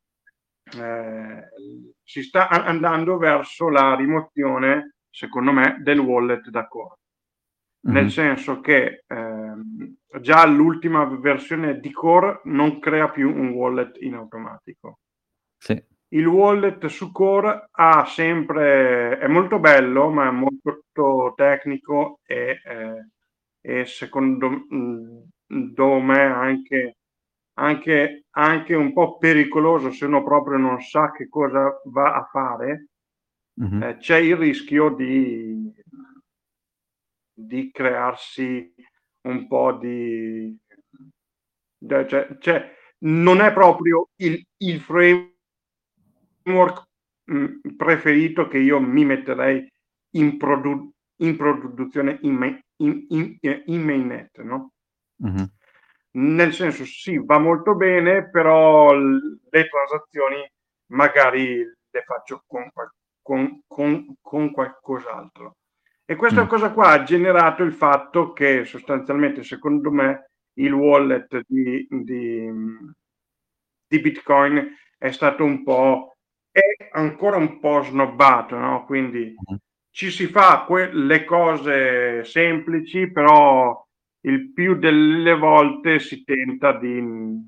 S2: eh, si sta andando verso la rimozione, secondo me, del wallet da Core. Nel
S1: Mhm.
S2: senso che ehm, già l'ultima versione di Core non crea più un wallet in automatico.
S1: Sì.
S2: il wallet su Core ha sempre, è molto bello, ma è molto tecnico e, eh, e secondo me anche, anche, anche un po' pericoloso se uno proprio non sa che cosa va a fare.
S1: Mm-hmm.
S2: Eh, c'è il rischio di, di crearsi un po' di... Cioè, cioè, non è proprio il, il framework mh, preferito che io mi metterei in, produ- in produzione in, main, in, in, in mainnet, no?
S1: Mm-hmm.
S2: Nel senso, sì, va molto bene, però le transazioni magari le faccio con, con, con, con qualcos'altro. E questa
S1: Mm.
S2: cosa qua ha generato il fatto che sostanzialmente, secondo me, il wallet di, di, di Bitcoin è stato un po', è ancora un po' snobbato, no? Quindi
S1: Mm-hmm.
S2: ci si fa quelle cose semplici, però il più delle volte si tenta di...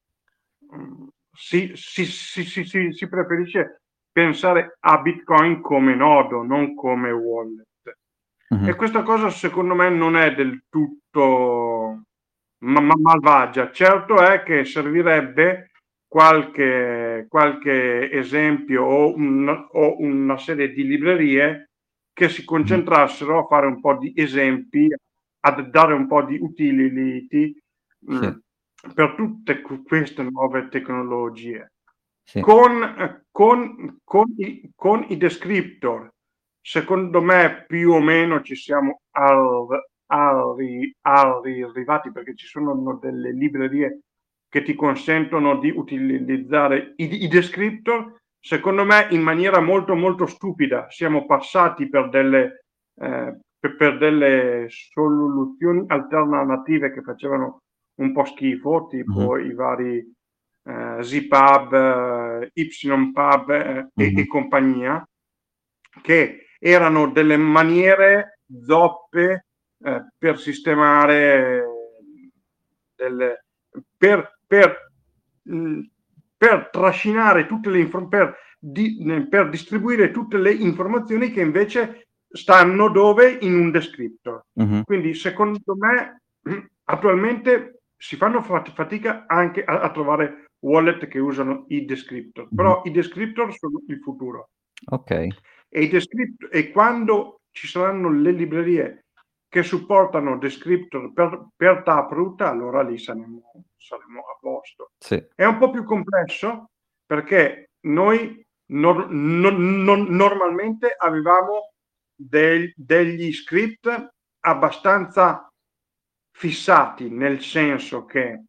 S2: Si, si, si, si, si, si preferisce pensare a Bitcoin come nodo, non come wallet.
S1: Mm-hmm.
S2: E questa cosa secondo me non è del tutto ma, ma malvagia. Certo è che servirebbe qualche, qualche esempio o, un, o una serie di librerie che si concentrassero a fare un po' di esempi, a dare un po' di utility
S1: Sì.
S2: mh, per tutte queste nuove tecnologie.
S1: Sì.
S2: Con, con, con, i, con i descriptor, secondo me più o meno ci siamo al, arri, arrivati, perché ci sono delle librerie che ti consentono di utilizzare i, i descriptor, secondo me in maniera molto molto stupida. Siamo passati per delle, eh, per, per delle soluzioni alternative che facevano un po' schifo, tipo
S1: Mm-hmm.
S2: i vari eh, ZPub, eh, YPub eh, e,
S1: Mm-hmm.
S2: e compagnia, che erano delle maniere zoppe eh, per sistemare delle, per, per, mh, per trascinare tutte le informazioni, per, di, per distribuire tutte le informazioni che invece stanno dove? In un descriptor.
S1: Mm-hmm.
S2: Quindi secondo me attualmente si fanno fatica anche a, a trovare wallet che usano i descriptor,
S1: Mm-hmm.
S2: però i descriptor sono il futuro.
S1: Ok.
S2: E, i descript- e quando ci saranno le librerie che supportano descriptor per, per Taproot, allora lì saremo, saremo a posto.
S1: Sì.
S2: È un po' più complesso perché noi nor- non, non, normalmente avevamo del, degli script abbastanza fissati, nel senso che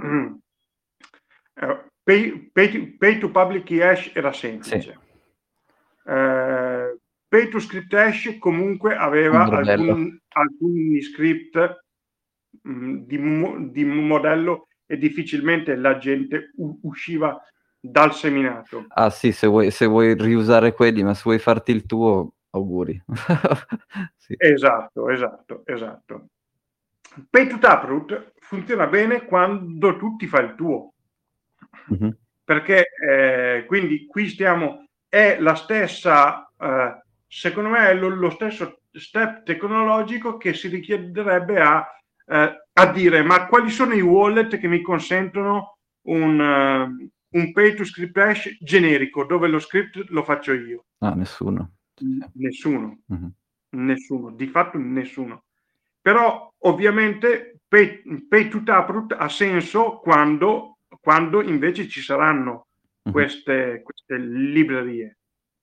S2: pay, pay, pay to public key hash era semplice.
S1: Sì.
S2: Eh, pay to script hash comunque aveva alcun, alcuni script mh, di, di modello e difficilmente la gente u- usciva dal seminato.
S1: Ah sì, se vuoi, se vuoi riusare quelli, ma se vuoi farti il tuo, auguri. Sì.
S2: Esatto, esatto, esatto. Pay to Taproot funziona bene quando tu ti fai il tuo.
S1: Mm-hmm.
S2: Perché eh, quindi qui stiamo, è la stessa, eh, secondo me è lo, lo stesso step tecnologico che si richiederebbe a, eh, a dire ma quali sono i wallet che mi consentono un, uh, un pay to script hash generico dove lo script lo faccio io.
S1: Ah, nessuno. Sì.
S2: Nessuno,
S1: Mm-hmm.
S2: nessuno, di fatto nessuno. Però ovviamente pay, pay to Taproot ha senso quando, quando invece ci saranno
S1: Mm-hmm.
S2: queste, queste librerie.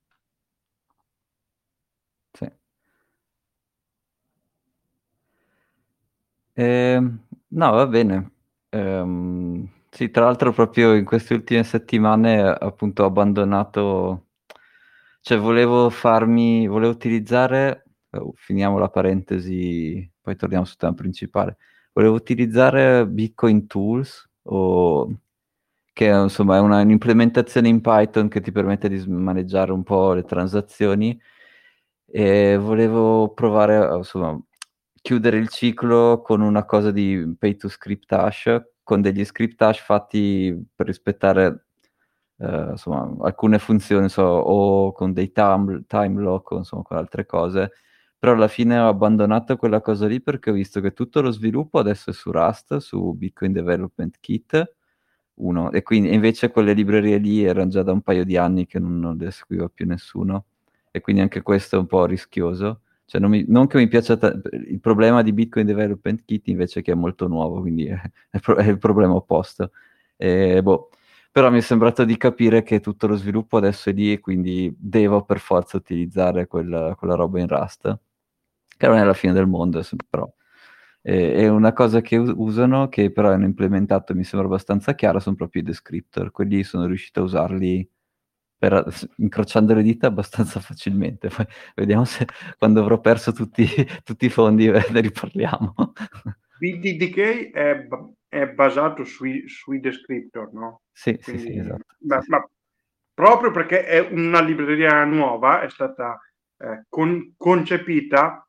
S1: Sì. Eh, no, va bene. Ehm, sì, tra l'altro proprio in queste ultime settimane appunto ho abbandonato, cioè volevo farmi, volevo utilizzare, oh, finiamo la parentesi, poi torniamo sul tema principale. Volevo utilizzare Bitcoin Tools, o, che insomma è una, un'implementazione in Python che ti permette di maneggiare un po' le transazioni, e volevo provare, insomma, chiudere il ciclo con una cosa di pay to script hash, con degli script hash fatti per rispettare eh, insomma, alcune funzioni so, o con dei time, time lock o insomma con altre cose, però alla fine ho abbandonato quella cosa lì perché ho visto che tutto lo sviluppo adesso è su Rust, su Bitcoin Development Kit, uno, e quindi invece quelle librerie lì erano già da un paio di anni che non, non le seguiva più nessuno, e quindi anche questo è un po' rischioso. Cioè non, mi- non che mi piaccia ta- il problema di Bitcoin Development Kit invece che è molto nuovo, quindi è, è pro- è il problema opposto. E, boh, però mi è sembrato di capire che tutto lo sviluppo adesso è lì e quindi devo per forza utilizzare quella, quella roba in Rust, che non è la fine del mondo, se- però è, è una cosa che us- usano, che però hanno implementato, mi sembra abbastanza chiara, sono proprio i descriptor, quelli sono riuscito a usarli per, incrociando le dita abbastanza facilmente. Poi vediamo se quando avrò perso tutti, tutti i fondi ne riparliamo.
S2: B D K è, ba- è basato sui, sui descriptor, no?
S1: Sì, sì, sì,
S2: Quindi,
S1: esatto. Sì,
S2: ma,
S1: sì.
S2: ma proprio perché è una libreria nuova, è stata eh, con- concepita,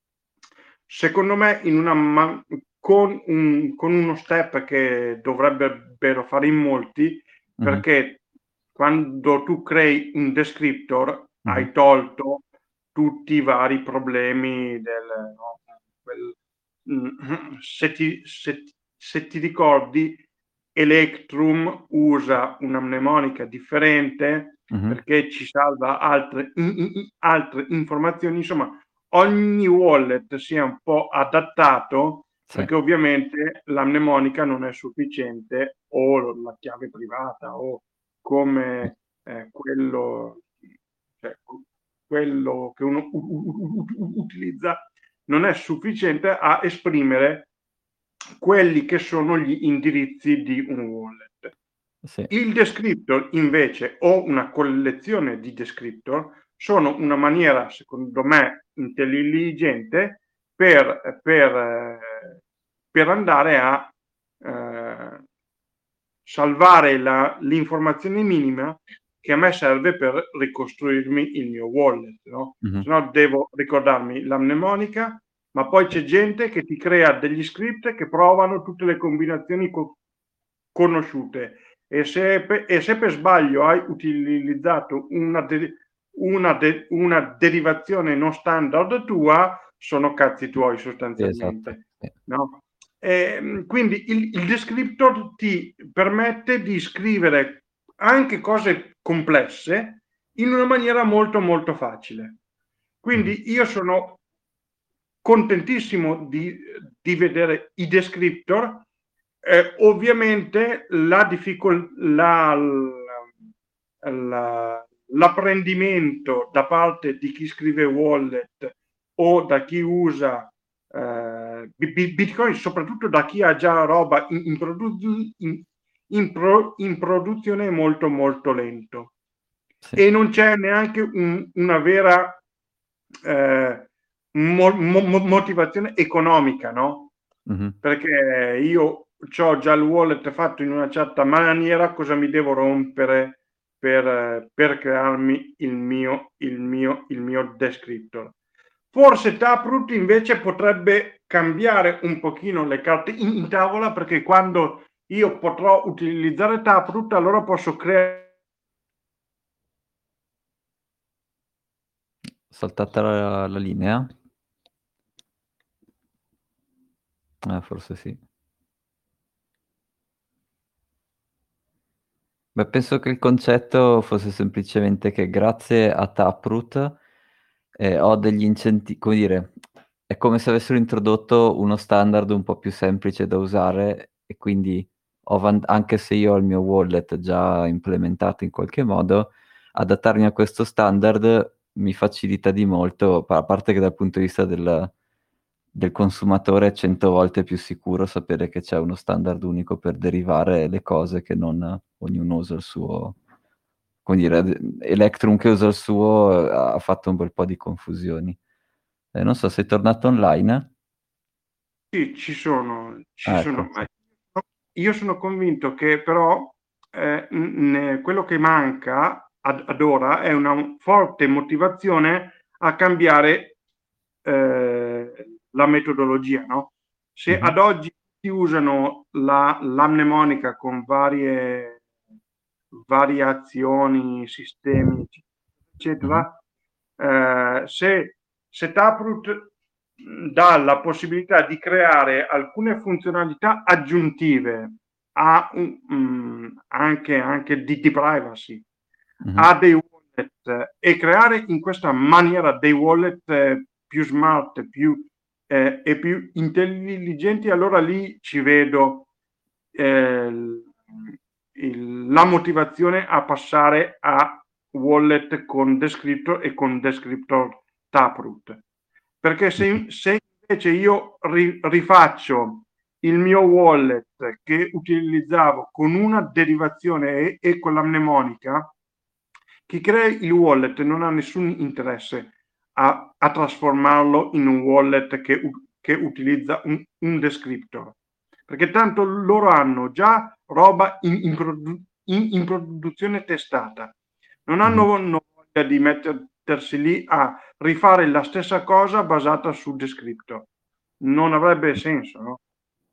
S2: secondo me, in una ma- con, un- con uno step che dovrebbero fare in molti,
S1: Mhm,
S2: perché quando tu crei un descriptor
S1: mhm,
S2: hai tolto tutti i vari problemi del, no, quel- mm, se ti, se, se ti ricordi, Electrum usa una mnemonica differente
S1: mhm.
S2: perché ci salva altre, in- in- altre informazioni. Insomma, ogni wallet sia un po' adattato,
S1: Sì,
S2: perché ovviamente la mnemonica non è sufficiente, o la chiave privata, o
S1: sì.
S2: come eh, quello, cioè, quello che uno utilizza non è sufficiente a esprimere quelli che sono gli indirizzi di un wallet.
S1: Sì.
S2: Il descriptor invece, o una collezione di descriptor, sono una maniera, secondo me, intelligente per, per, eh, per andare a eh, salvare la, l'informazione minima che a me serve per ricostruirmi il mio wallet, no?
S1: Mhm.
S2: Se no devo ricordarmi la mnemonica, ma poi
S1: Sì.
S2: c'è gente che ti crea degli script che provano tutte le combinazioni co- conosciute, e se, per, e se per sbaglio hai utilizzato una, de, una, de, una derivazione non standard tua, sono cazzi tuoi
S1: Sì, esatto.
S2: sostanzialmente,
S1: Sì.
S2: no? Eh, quindi il, il descriptor ti permette di scrivere anche cose complesse in una maniera molto molto facile.
S1: Mhm.
S2: Quindi io sono contentissimo di, di vedere i descriptor. Eh, ovviamente la difficoltà, la, la, l'apprendimento da parte di chi scrive wallet o da chi usa eh, Bitcoin, soprattutto da chi ha già roba in, in, produ- in, in, pro, in produzione, è molto molto lento,
S1: Sì.
S2: e non c'è neanche un, una vera eh, mo, mo, motivazione economica, no?
S1: Mhm.
S2: Perché io ho già il wallet fatto in una certa maniera, cosa mi devo rompere per, per crearmi il mio, il mio, il mio descriptor? Forse Taproot invece potrebbe cambiare un pochino le carte in, in tavola, perché quando io potrò utilizzare Taproot, allora posso creare.
S1: Saltata la, la linea? Eh, forse sì. Beh, penso che il concetto fosse semplicemente che grazie a Taproot eh, ho degli incentivi, come dire, è come se avessero introdotto uno standard un po' più semplice da usare, e quindi ho van- anche se io ho il mio wallet già implementato in qualche modo, adattarmi a questo standard mi facilita di molto, a parte che dal punto di vista del, del consumatore è cento volte più sicuro sapere che c'è uno standard unico per derivare le cose, che non ognuno usa il suo. Come dire, Electrum che usa il suo eh, ha fatto un bel po' di confusioni. Eh, non so, sei tornato online?
S2: Sì, ci sono, ci
S1: Ah, ecco,
S2: sono,
S1: sì.
S2: ma io sono convinto che però eh, n- quello che manca ad, ad ora è una forte motivazione a cambiare eh, la metodologia, no? Se
S1: Mhm.
S2: ad oggi si usano la, la mnemonica con varie, variazioni, sistemi, eccetera, mm-hmm. eh, se, se Taproot dà la possibilità di creare alcune funzionalità aggiuntive a un, um, anche, anche di, di privacy, mm-hmm. a dei wallet e creare in questa maniera dei wallet eh, più smart, più eh, e più intelligenti, allora lì ci vedo eh, il, la motivazione a passare a wallet con descriptor e con descriptor Taproot, perché se, se invece io ri, rifaccio il mio wallet che utilizzavo con una derivazione e, e con la mnemonica, chi crea il wallet non ha nessun interesse a, a trasformarlo in un wallet che, che utilizza un, un descriptor, perché tanto loro hanno già roba in, in, produ- in, in produzione testata, non hanno mm-hmm. voglia di mettersi lì a rifare la stessa cosa basata su descriptor, non avrebbe senso, no?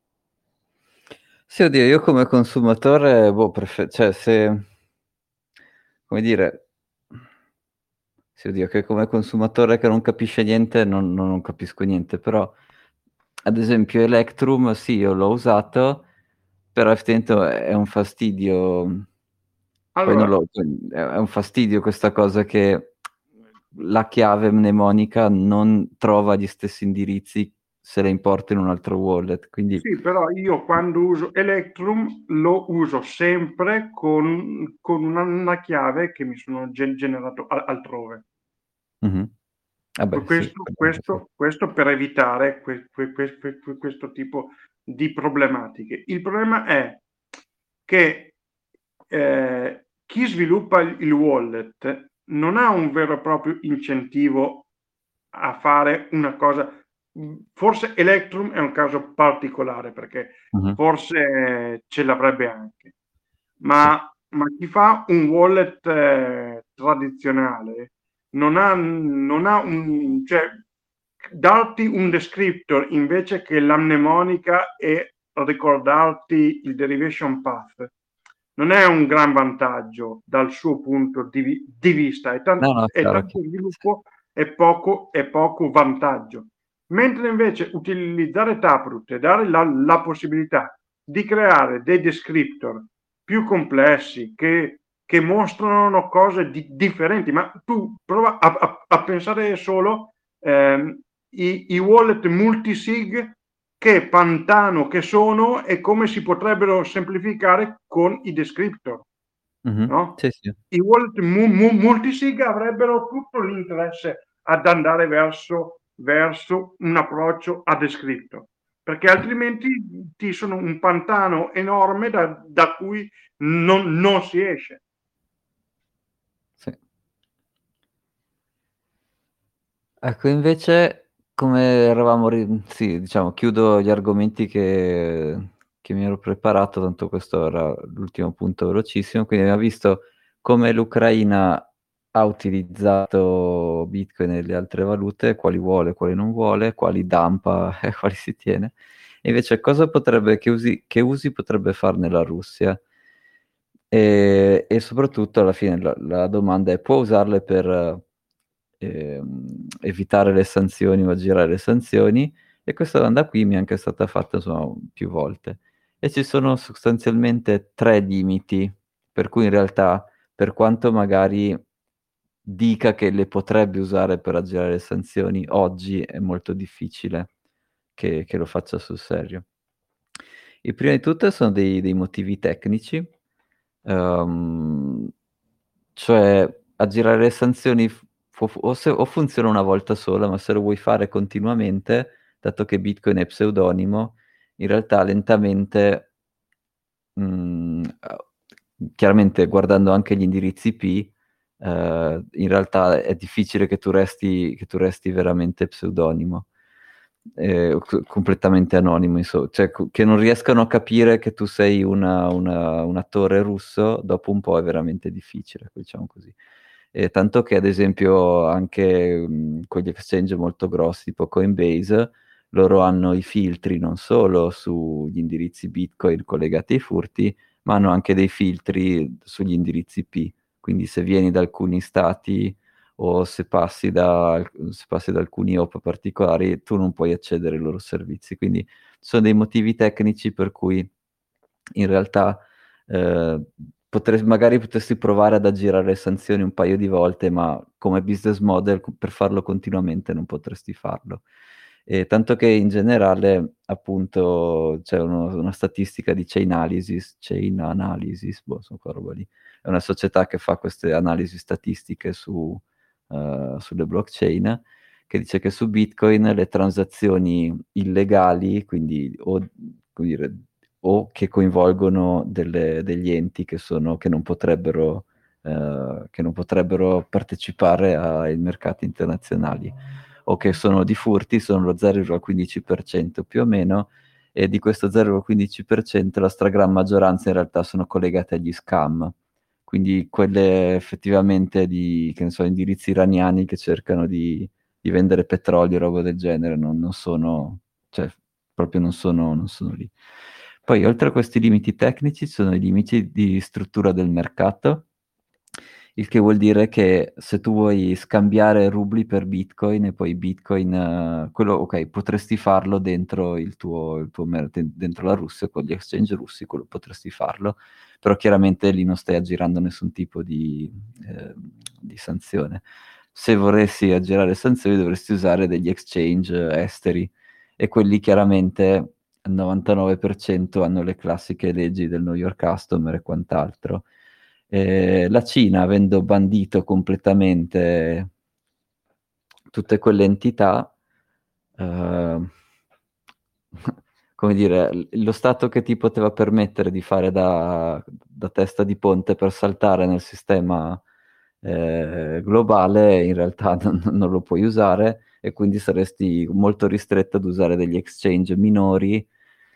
S1: Sì, oddio, io come consumatore, boh, prefer- cioè se, come dire, sì, oddio, che come consumatore che non capisce niente, non, non, non capisco niente, però, ad esempio, Electrum, sì, io l'ho usato, però effettivamente è un fastidio, allora, poi non lo, è un fastidio questa cosa che la chiave mnemonica non trova gli stessi indirizzi se la importa in un altro wallet, quindi...
S2: Sì, però io quando uso Electrum lo uso sempre con, con una, una chiave che mi sono generato altrove.
S1: Mm-hmm. Vabbè,
S2: questo,
S1: sì,
S2: questo,
S1: sì.
S2: questo per evitare que, que, que, que, questo tipo di problematiche. Il problema è che eh, chi sviluppa il wallet non ha un vero e proprio incentivo a fare una cosa. Forse Electrum è un caso particolare perché uh-huh. forse ce l'avrebbe anche, ma, sì. ma chi fa un wallet eh, tradizionale non ha, non ha un, cioè, darti un descriptor invece che la mnemonica e ricordarti il derivation path non è un gran vantaggio dal suo punto di, di vista, è, tan- no, no, è tanto sviluppo e poco, e poco vantaggio. Mentre invece utilizzare Taproot e dare la, la possibilità di creare dei descriptor più complessi che, che mostrano cose di, differenti, ma tu prova a, a, a pensare solo ehm, i, i wallet multisig che pantano che sono e come si potrebbero semplificare con i descriptor. Mm-hmm. No?
S1: Sì, sì.
S2: I wallet mu- mu- multisig avrebbero tutto l'interesse ad andare verso, verso un approccio a descriptor, perché altrimenti ti sono un pantano enorme da, da cui non, non si esce.
S1: Sì. Ecco, invece, come eravamo, ri- sì, diciamo, chiudo gli argomenti che, che mi ero preparato, tanto questo era l'ultimo punto velocissimo, quindi abbiamo visto come l'Ucraina ha utilizzato Bitcoin e le altre valute, quali vuole, quali non vuole, quali dampa e quali si tiene. E invece cosa potrebbe, che usi, che usi potrebbe farne la Russia? E, e soprattutto alla fine la, la domanda è: può usarle per eh, evitare le sanzioni o aggirare le sanzioni? E questa domanda qui mi è anche stata fatta insomma, più volte. E ci sono sostanzialmente tre limiti, per cui in realtà, per quanto magari dica che le potrebbe usare per aggirare le sanzioni, oggi è molto difficile che, che lo faccia sul serio. E prima di tutto sono dei, dei motivi tecnici, um, cioè aggirare le sanzioni f- o, se, o funziona una volta sola, ma se lo vuoi fare continuamente, dato che Bitcoin è pseudonimo, in realtà lentamente, mh, chiaramente guardando anche gli indirizzi I P, Uh, in realtà è difficile che tu resti, che tu resti veramente pseudonimo, eh, c- completamente anonimo, insomma, cioè c- che non riescano a capire che tu sei una, una, un attore russo, dopo un po' è veramente difficile, diciamo così. E tanto che ad esempio anche mh, con gli exchange molto grossi, tipo Coinbase, loro hanno i filtri non solo sugli indirizzi Bitcoin collegati ai furti, ma hanno anche dei filtri sugli indirizzi I P, quindi se vieni da alcuni stati o se passi da, se passi da alcuni hop particolari, tu non puoi accedere ai loro servizi. Quindi sono dei motivi tecnici per cui in realtà eh, potre- magari potresti provare ad aggirare le sanzioni un paio di volte, ma come business model per farlo continuamente non potresti farlo. E tanto che in generale, appunto, c'è uno- una statistica di Chainalysis, Chain Analysis, boh, sono quella roba lì. È una società che fa queste analisi statistiche su, eh, sulle blockchain, che dice che su Bitcoin le transazioni illegali, quindi o, come dire, o che coinvolgono delle- degli enti che, sono, che non potrebbero, eh, che non potrebbero partecipare ai mercati internazionali, o che sono di furti, sono lo zero virgola quindici per cento più o meno, e di questo zero virgola quindici per cento la stragrande maggioranza in realtà sono collegate agli scam. Quindi quelle effettivamente di, che ne so, indirizzi iraniani che cercano di, di vendere petrolio, roba del genere, non, non sono, cioè, proprio non sono, non sono lì. Poi, oltre a questi limiti tecnici, ci sono i limiti di struttura del mercato, il che vuol dire che se tu vuoi scambiare rubli per Bitcoin e poi Bitcoin, eh, quello, ok, potresti farlo dentro il tuo, il tuo mer- dentro la Russia, con gli exchange russi, quello potresti farlo, però chiaramente lì non stai aggirando nessun tipo di, eh, di sanzione. Se vorresti aggirare sanzioni dovresti usare degli exchange esteri e quelli chiaramente al novantanove per cento hanno le classiche leggi del Know Your Customer e quant'altro. Eh, la Cina, avendo bandito completamente tutte quelle entità, eh, come dire, l- lo Stato che ti poteva permettere di fare da, da testa di ponte per saltare nel sistema eh, globale, in realtà non, non lo puoi usare e quindi saresti molto ristretto ad usare degli exchange minori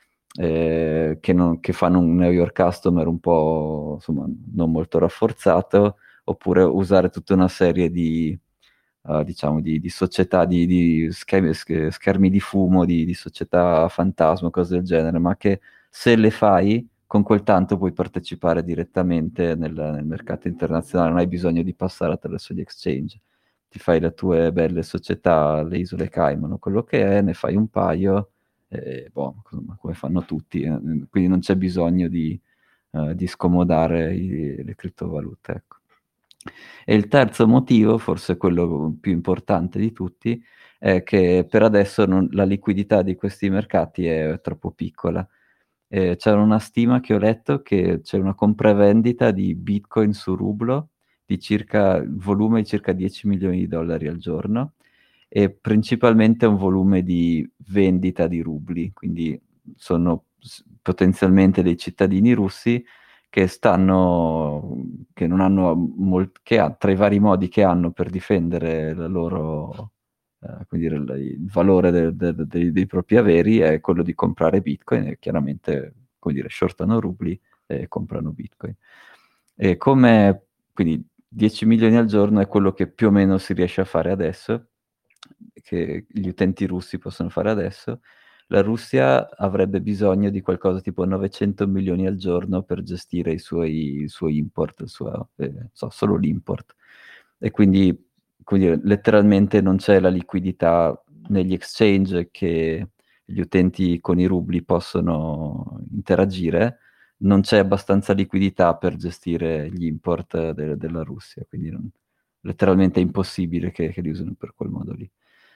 S1: eh, che, non- che fanno un New York Customer un po', insomma, non molto rafforzato, oppure usare tutta una serie di, eh, diciamo, di, di società, di, di schemi- sch- schermi di fumo, di, di società fantasma, cose del genere, ma che se le fai, con quel tanto puoi partecipare direttamente nel, nel mercato internazionale, non hai bisogno di passare attraverso gli exchange. Ti fai le tue belle società alle isole Cayman o quello che è, ne fai un paio, e, boh, insomma, come fanno tutti, eh, quindi non c'è bisogno di, eh, di scomodare i- le criptovalute, ecco. E il terzo motivo, forse quello più importante di tutti, è che per adesso non- la liquidità di questi mercati è troppo piccola. Eh, c'era una stima che ho letto che c'è una compravendita di Bitcoin su rublo di circa, il volume di circa dieci milioni di dollari al giorno e principalmente un volume di vendita di rubli, quindi sono s- potenzialmente dei cittadini russi che stanno, che non hanno molt- che ha, tra i vari modi che hanno per difendere la loro, eh, come dire, il, il valore de- de- de- dei, dei propri averi è quello di comprare Bitcoin e chiaramente, come dire, shortano rubli e comprano Bitcoin. E come, quindi dieci milioni al giorno è quello che più o meno si riesce a fare adesso, che gli utenti russi possono fare adesso. La Russia avrebbe bisogno di qualcosa tipo novecento milioni al giorno per gestire i suoi, i suoi import, il suo, eh, so, solo l'import. E quindi, come dire, letteralmente non c'è la liquidità negli exchange che gli utenti con i rubli possono interagire, non c'è abbastanza liquidità per gestire gli import de- della Russia, quindi non- letteralmente è impossibile che, che li usino per quel modo lì.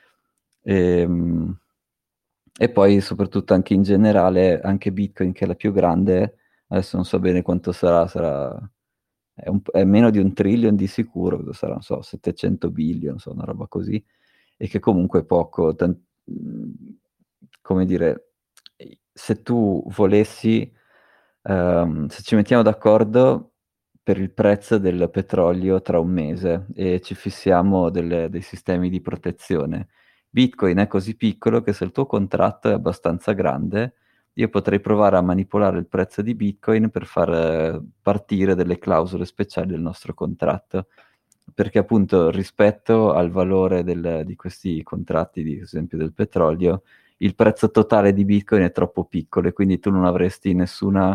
S1: Ehm, E, poi soprattutto anche in generale, anche Bitcoin che è la più grande, adesso non so bene quanto sarà, sarà è, un- è meno di un trillion di sicuro, cosa sarà, non so, settecento billion, non so, una roba così, e che comunque è poco, tan- mh, come dire, se tu volessi, ehm, se ci mettiamo d'accordo per il prezzo del petrolio tra un mese e ci fissiamo delle- dei sistemi di protezione, Bitcoin è così piccolo che se il tuo contratto è abbastanza grande, io potrei provare a manipolare il prezzo di Bitcoin per far eh, partire delle clausole speciali del nostro contratto, perché appunto rispetto al valore del- di questi contratti, di esempio del petrolio, il prezzo totale di Bitcoin è troppo piccolo e quindi tu non avresti nessuna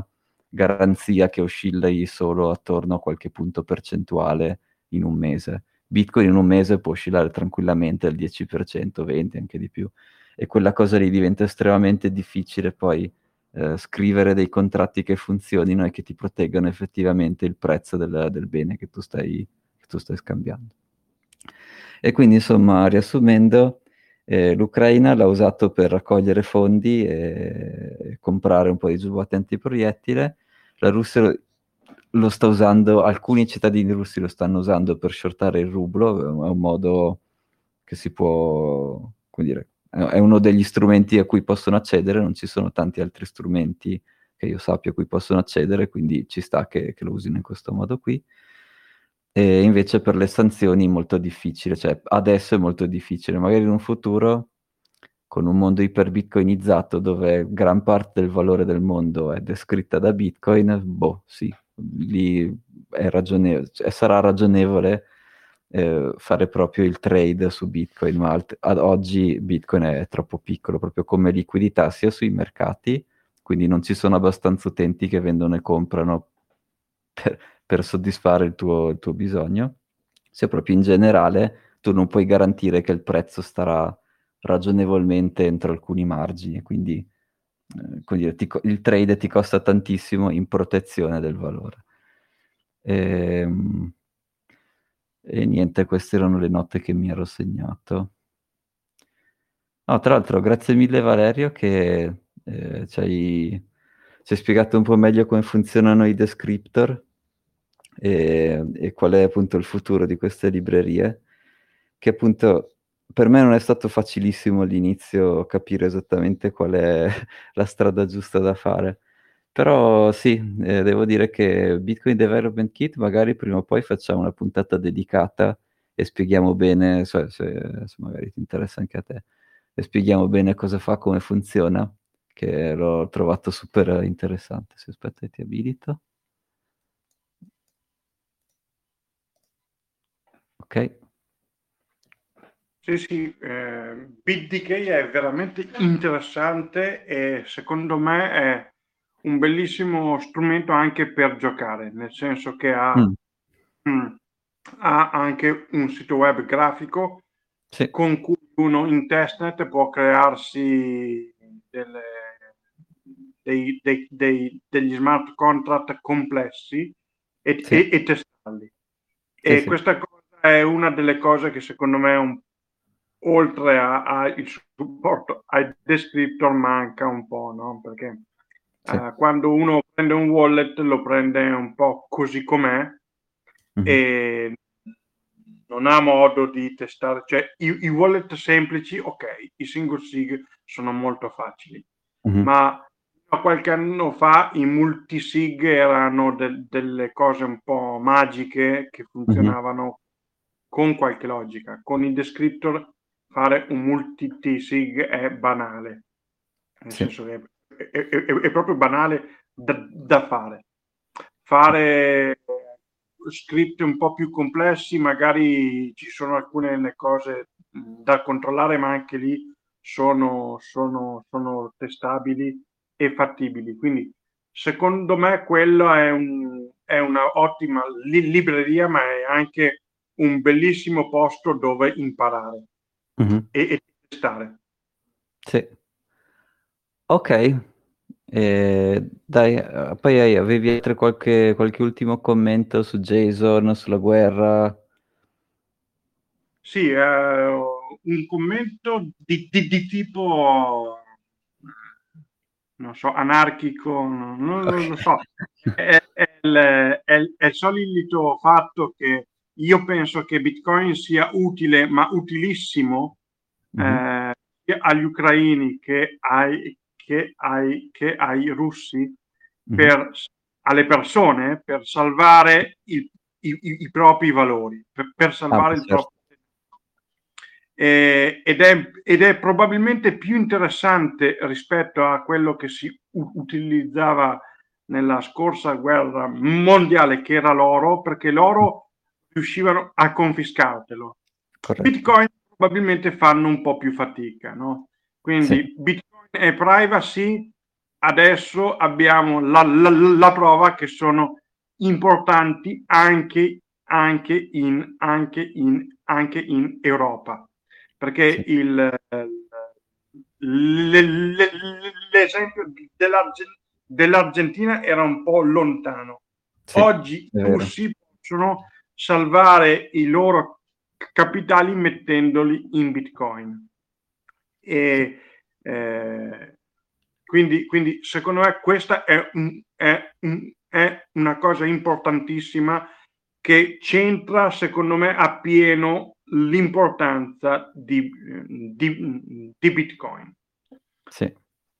S1: garanzia che oscilli solo attorno a qualche punto percentuale in un mese. Bitcoin in un mese può oscillare tranquillamente al dieci per cento, venti, anche di più. E quella cosa lì diventa estremamente difficile poi eh, scrivere dei contratti che funzionino e che ti proteggano effettivamente il prezzo del, del bene che tu stai, che tu stai scambiando. E quindi, insomma, riassumendo, eh, l'Ucraina l'ha usato per raccogliere fondi e, e comprare un po' di giubbotti antiproiettile. La Russia lo, lo sta usando, alcuni cittadini russi lo stanno usando per shortare il rublo, è un modo che si può, come dire, è uno degli strumenti a cui possono accedere, non ci sono tanti altri strumenti che io sappia a cui possono accedere, quindi ci sta che, che lo usino in questo modo qui. E invece per le sanzioni è molto difficile, cioè adesso è molto difficile, magari in un futuro con un mondo iperbitcoinizzato dove gran parte del valore del mondo è descritta da Bitcoin, boh, sì, lì è ragionevole, cioè, sarà ragionevole eh, fare proprio il trade su Bitcoin, ma alt- ad oggi Bitcoin è troppo piccolo proprio come liquidità sia sui mercati, quindi non ci sono abbastanza utenti che vendono e comprano per, per soddisfare il tuo, il tuo bisogno, sia proprio in generale tu non puoi garantire che il prezzo starà ragionevolmente entro alcuni margini, quindi eh, come dire, ti co- il trade ti costa tantissimo in protezione del valore. Ehm, E, niente, queste erano le note che mi ero segnato. No, tra l'altro, grazie mille Valerio che eh, ci hai, ci hai spiegato un po' meglio come funzionano i descriptor e, e qual è appunto il futuro di queste librerie, che appunto per me non è stato facilissimo all'inizio capire esattamente qual è la strada giusta da fare. Però sì, eh, devo dire che Bitcoin Development Kit magari prima o poi facciamo una puntata dedicata e spieghiamo bene, se, se- se magari ti interessa anche a te, e spieghiamo bene cosa fa, come funziona, che l'ho trovato super interessante. Se aspetta che ti abilito. Ok.
S2: Sì, sì, eh, BitDK è veramente interessante e secondo me è un bellissimo strumento anche per giocare, nel senso che ha,
S1: Mm,
S2: mm, ha anche un sito web grafico
S1: sì,
S2: con cui uno in testnet può crearsi delle, dei, dei, dei, degli smart contract complessi e,
S1: sì,
S2: e, e testarli.
S1: sì,
S2: E
S1: sì,
S2: questa cosa è una delle cose che secondo me, un, oltre al supporto ai descriptor, manca un po', no? Perché
S1: sì.
S2: eh, quando uno prende un wallet lo prende un po' così com'è
S1: Mhm,
S2: e non ha modo di testare, cioè i, i wallet semplici, ok, i single sig sono molto facili,
S1: mhm,
S2: ma qualche anno fa i multisig erano del, delle cose un po' magiche che
S1: mhm,
S2: funzionavano con qualche logica. Con i descriptor fare un multisig è banale, nel
S1: sì.
S2: senso che è, è, è, è proprio banale da, da fare. Fare script un po' più complessi, magari ci sono alcune cose da controllare, ma anche lì sono, sono, sono testabili e fattibili. Quindi secondo me quello è, un, è una ottima li- libreria, ma è anche un bellissimo posto dove imparare
S1: Mhm,
S2: e, e testare.
S1: sì. Ok, eh, dai, eh, poi hai- avevi altri qualche, qualche ultimo commento su Jason, sulla guerra?
S2: Sì, eh, un commento di, di, di tipo, non so, anarchico, non, non lo
S1: Ok.
S2: so. È, è il, è il- è il solito fatto che io penso che Bitcoin sia utile, ma utilissimo,
S1: Mhm,
S2: eh, sia agli ucraini che ai, che ai, che ai russi,
S1: mhm.
S2: per, alle persone, per salvare il- i, i- i propri valori, per, per
S1: Ah, beh,
S2: salvare il
S1: certo.
S2: proprio eh, ed, è, ed è probabilmente più interessante rispetto a quello che si u- utilizzava nella scorsa guerra mondiale, che era l'oro, perché l'oro riuscivano a confiscartelo.
S1: Corretto.
S2: Bitcoin probabilmente fanno un po' più fatica, no?
S1: Sì,
S2: Quindi Bitcoin e privacy adesso abbiamo la, la, la prova che sono importanti anche, anche, in, anche, in, anche in Europa, perché
S1: sì.
S2: il, l'esempio dell'Argentina, dell'Argentina era un po' lontano.
S1: Sì,
S2: Oggi i
S1: è vero.
S2: russi possono salvare i loro capitali mettendoli in Bitcoin. E eh, quindi, quindi secondo me questa è, un, è, un, è una cosa importantissima che c'entra secondo me appieno l'importanza di, di, di Bitcoin.
S1: Sì.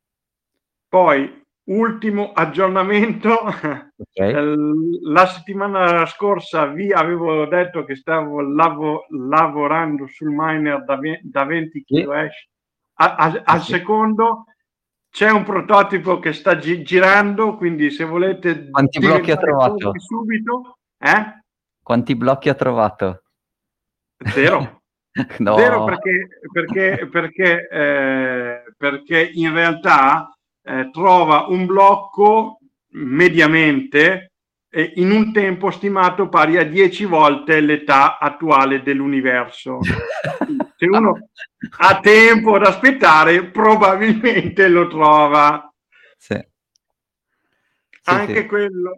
S2: Poi, ultimo aggiornamento,
S1: Ok.
S2: la settimana scorsa vi avevo detto che stavo lavo- lavorando sul miner da, da venti
S1: Sì,
S2: kilo hash a, a,
S1: sì,
S2: al
S1: sì.
S2: secondo. C'è un prototipo che sta gi- girando, quindi se volete
S1: Quanti blocchi ha
S2: diventare forti
S1: trovato?
S2: subito, eh?
S1: Quanti blocchi ha trovato?
S2: Zero. Zero
S1: No.
S2: perché, perché, perché, eh, perché in realtà eh, trova un blocco mediamente eh, in un tempo stimato pari a dieci volte l'età attuale dell'universo. Se uno ha tempo da aspettare, probabilmente lo trova.
S1: Sì, sì,
S2: Anche
S1: sì.
S2: quello,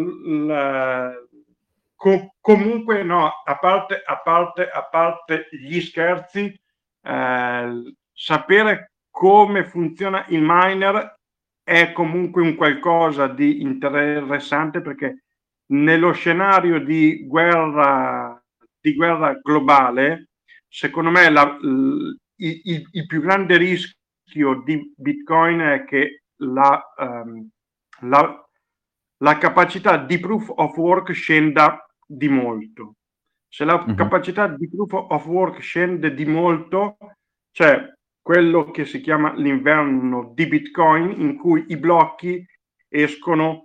S2: la, co- comunque no, a parte, a parte, a parte gli scherzi, eh, sapere come funziona il miner è comunque un qualcosa di interessante, perché nello scenario di guerra, di guerra globale, secondo me la, il, il, il più grande rischio di Bitcoin è che la, um, la, la capacità di proof of work scenda di molto. Se la
S1: Mhm.
S2: capacità di proof of work scende di molto, c'è quello che si chiama l'inverno di Bitcoin, in cui i blocchi escono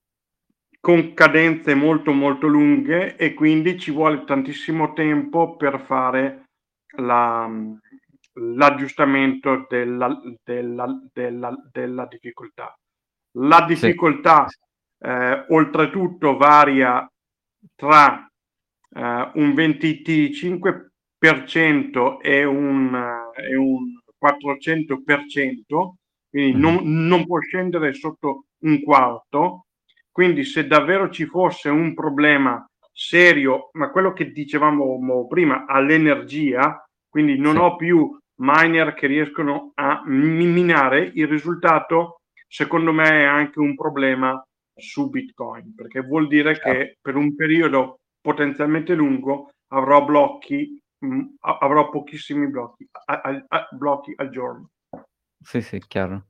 S2: con cadenze molto molto lunghe e quindi ci vuole tantissimo tempo per fare la, l'aggiustamento della, della, della, della difficoltà. La
S1: Sì,
S2: difficoltà eh, oltretutto varia tra eh, un venticinque per cento e un, e un quattrocento per cento, quindi
S1: mhm.
S2: non, non può scendere sotto un quarto. Quindi se davvero ci fosse un problema serio, ma quello che dicevamo prima, all'energia, quindi non
S1: Sì,
S2: ho più miner che riescono a minare, il risultato secondo me è anche un problema su Bitcoin, perché vuol dire
S1: chiaro.
S2: che per un periodo potenzialmente lungo avrò blocchi, mh, avrò pochissimi blocchi, a, a, a, blocchi al giorno.
S1: Sì, sì, chiaro.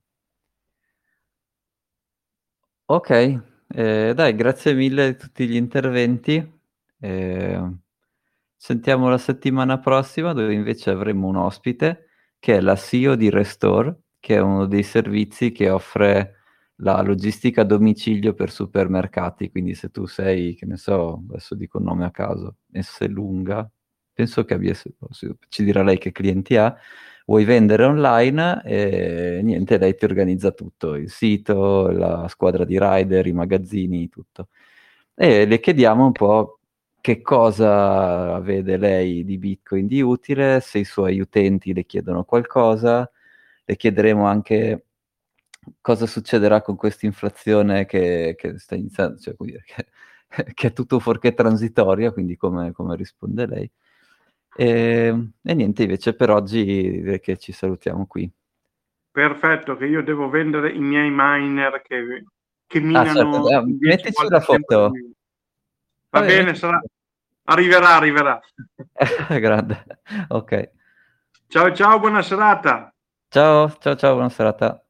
S1: Ok, eh, dai, grazie mille di tutti gli interventi. Eh, sentiamo la settimana prossima, dove invece avremo un ospite che è la C E O di Restore, che è uno dei servizi che offre la logistica a domicilio per supermercati. Quindi se tu sei, che ne so, adesso dico un nome a caso, Esselunga, penso che abbia, ci dirà lei che clienti ha, vuoi vendere online e niente, lei ti organizza tutto, il sito, la squadra di rider, i magazzini, tutto. E le chiediamo un po' che cosa vede lei di Bitcoin di utile, se i suoi utenti le chiedono qualcosa, le chiederemo anche cosa succederà con questa inflazione che, che sta iniziando, cioè, come dire, che, che è tutto fuorché transitoria, quindi come, come risponde lei. E, e niente, invece per oggi direi che ci salutiamo qui.
S2: Perfetto, che io devo vendere i miei miner che, che
S1: Ah, certo,
S2: minano
S1: eh,
S2: dieci
S1: mettici una
S2: volte tempo di
S1: foto.
S2: me. Va
S1: Vabbè,
S2: bene,
S1: mettici
S2: sarà,
S1: una
S2: arriverà, arriverà.
S1: foto. Grande. Ok.
S2: Ciao ciao, buona serata.
S1: Ciao, ciao, ciao, buona serata.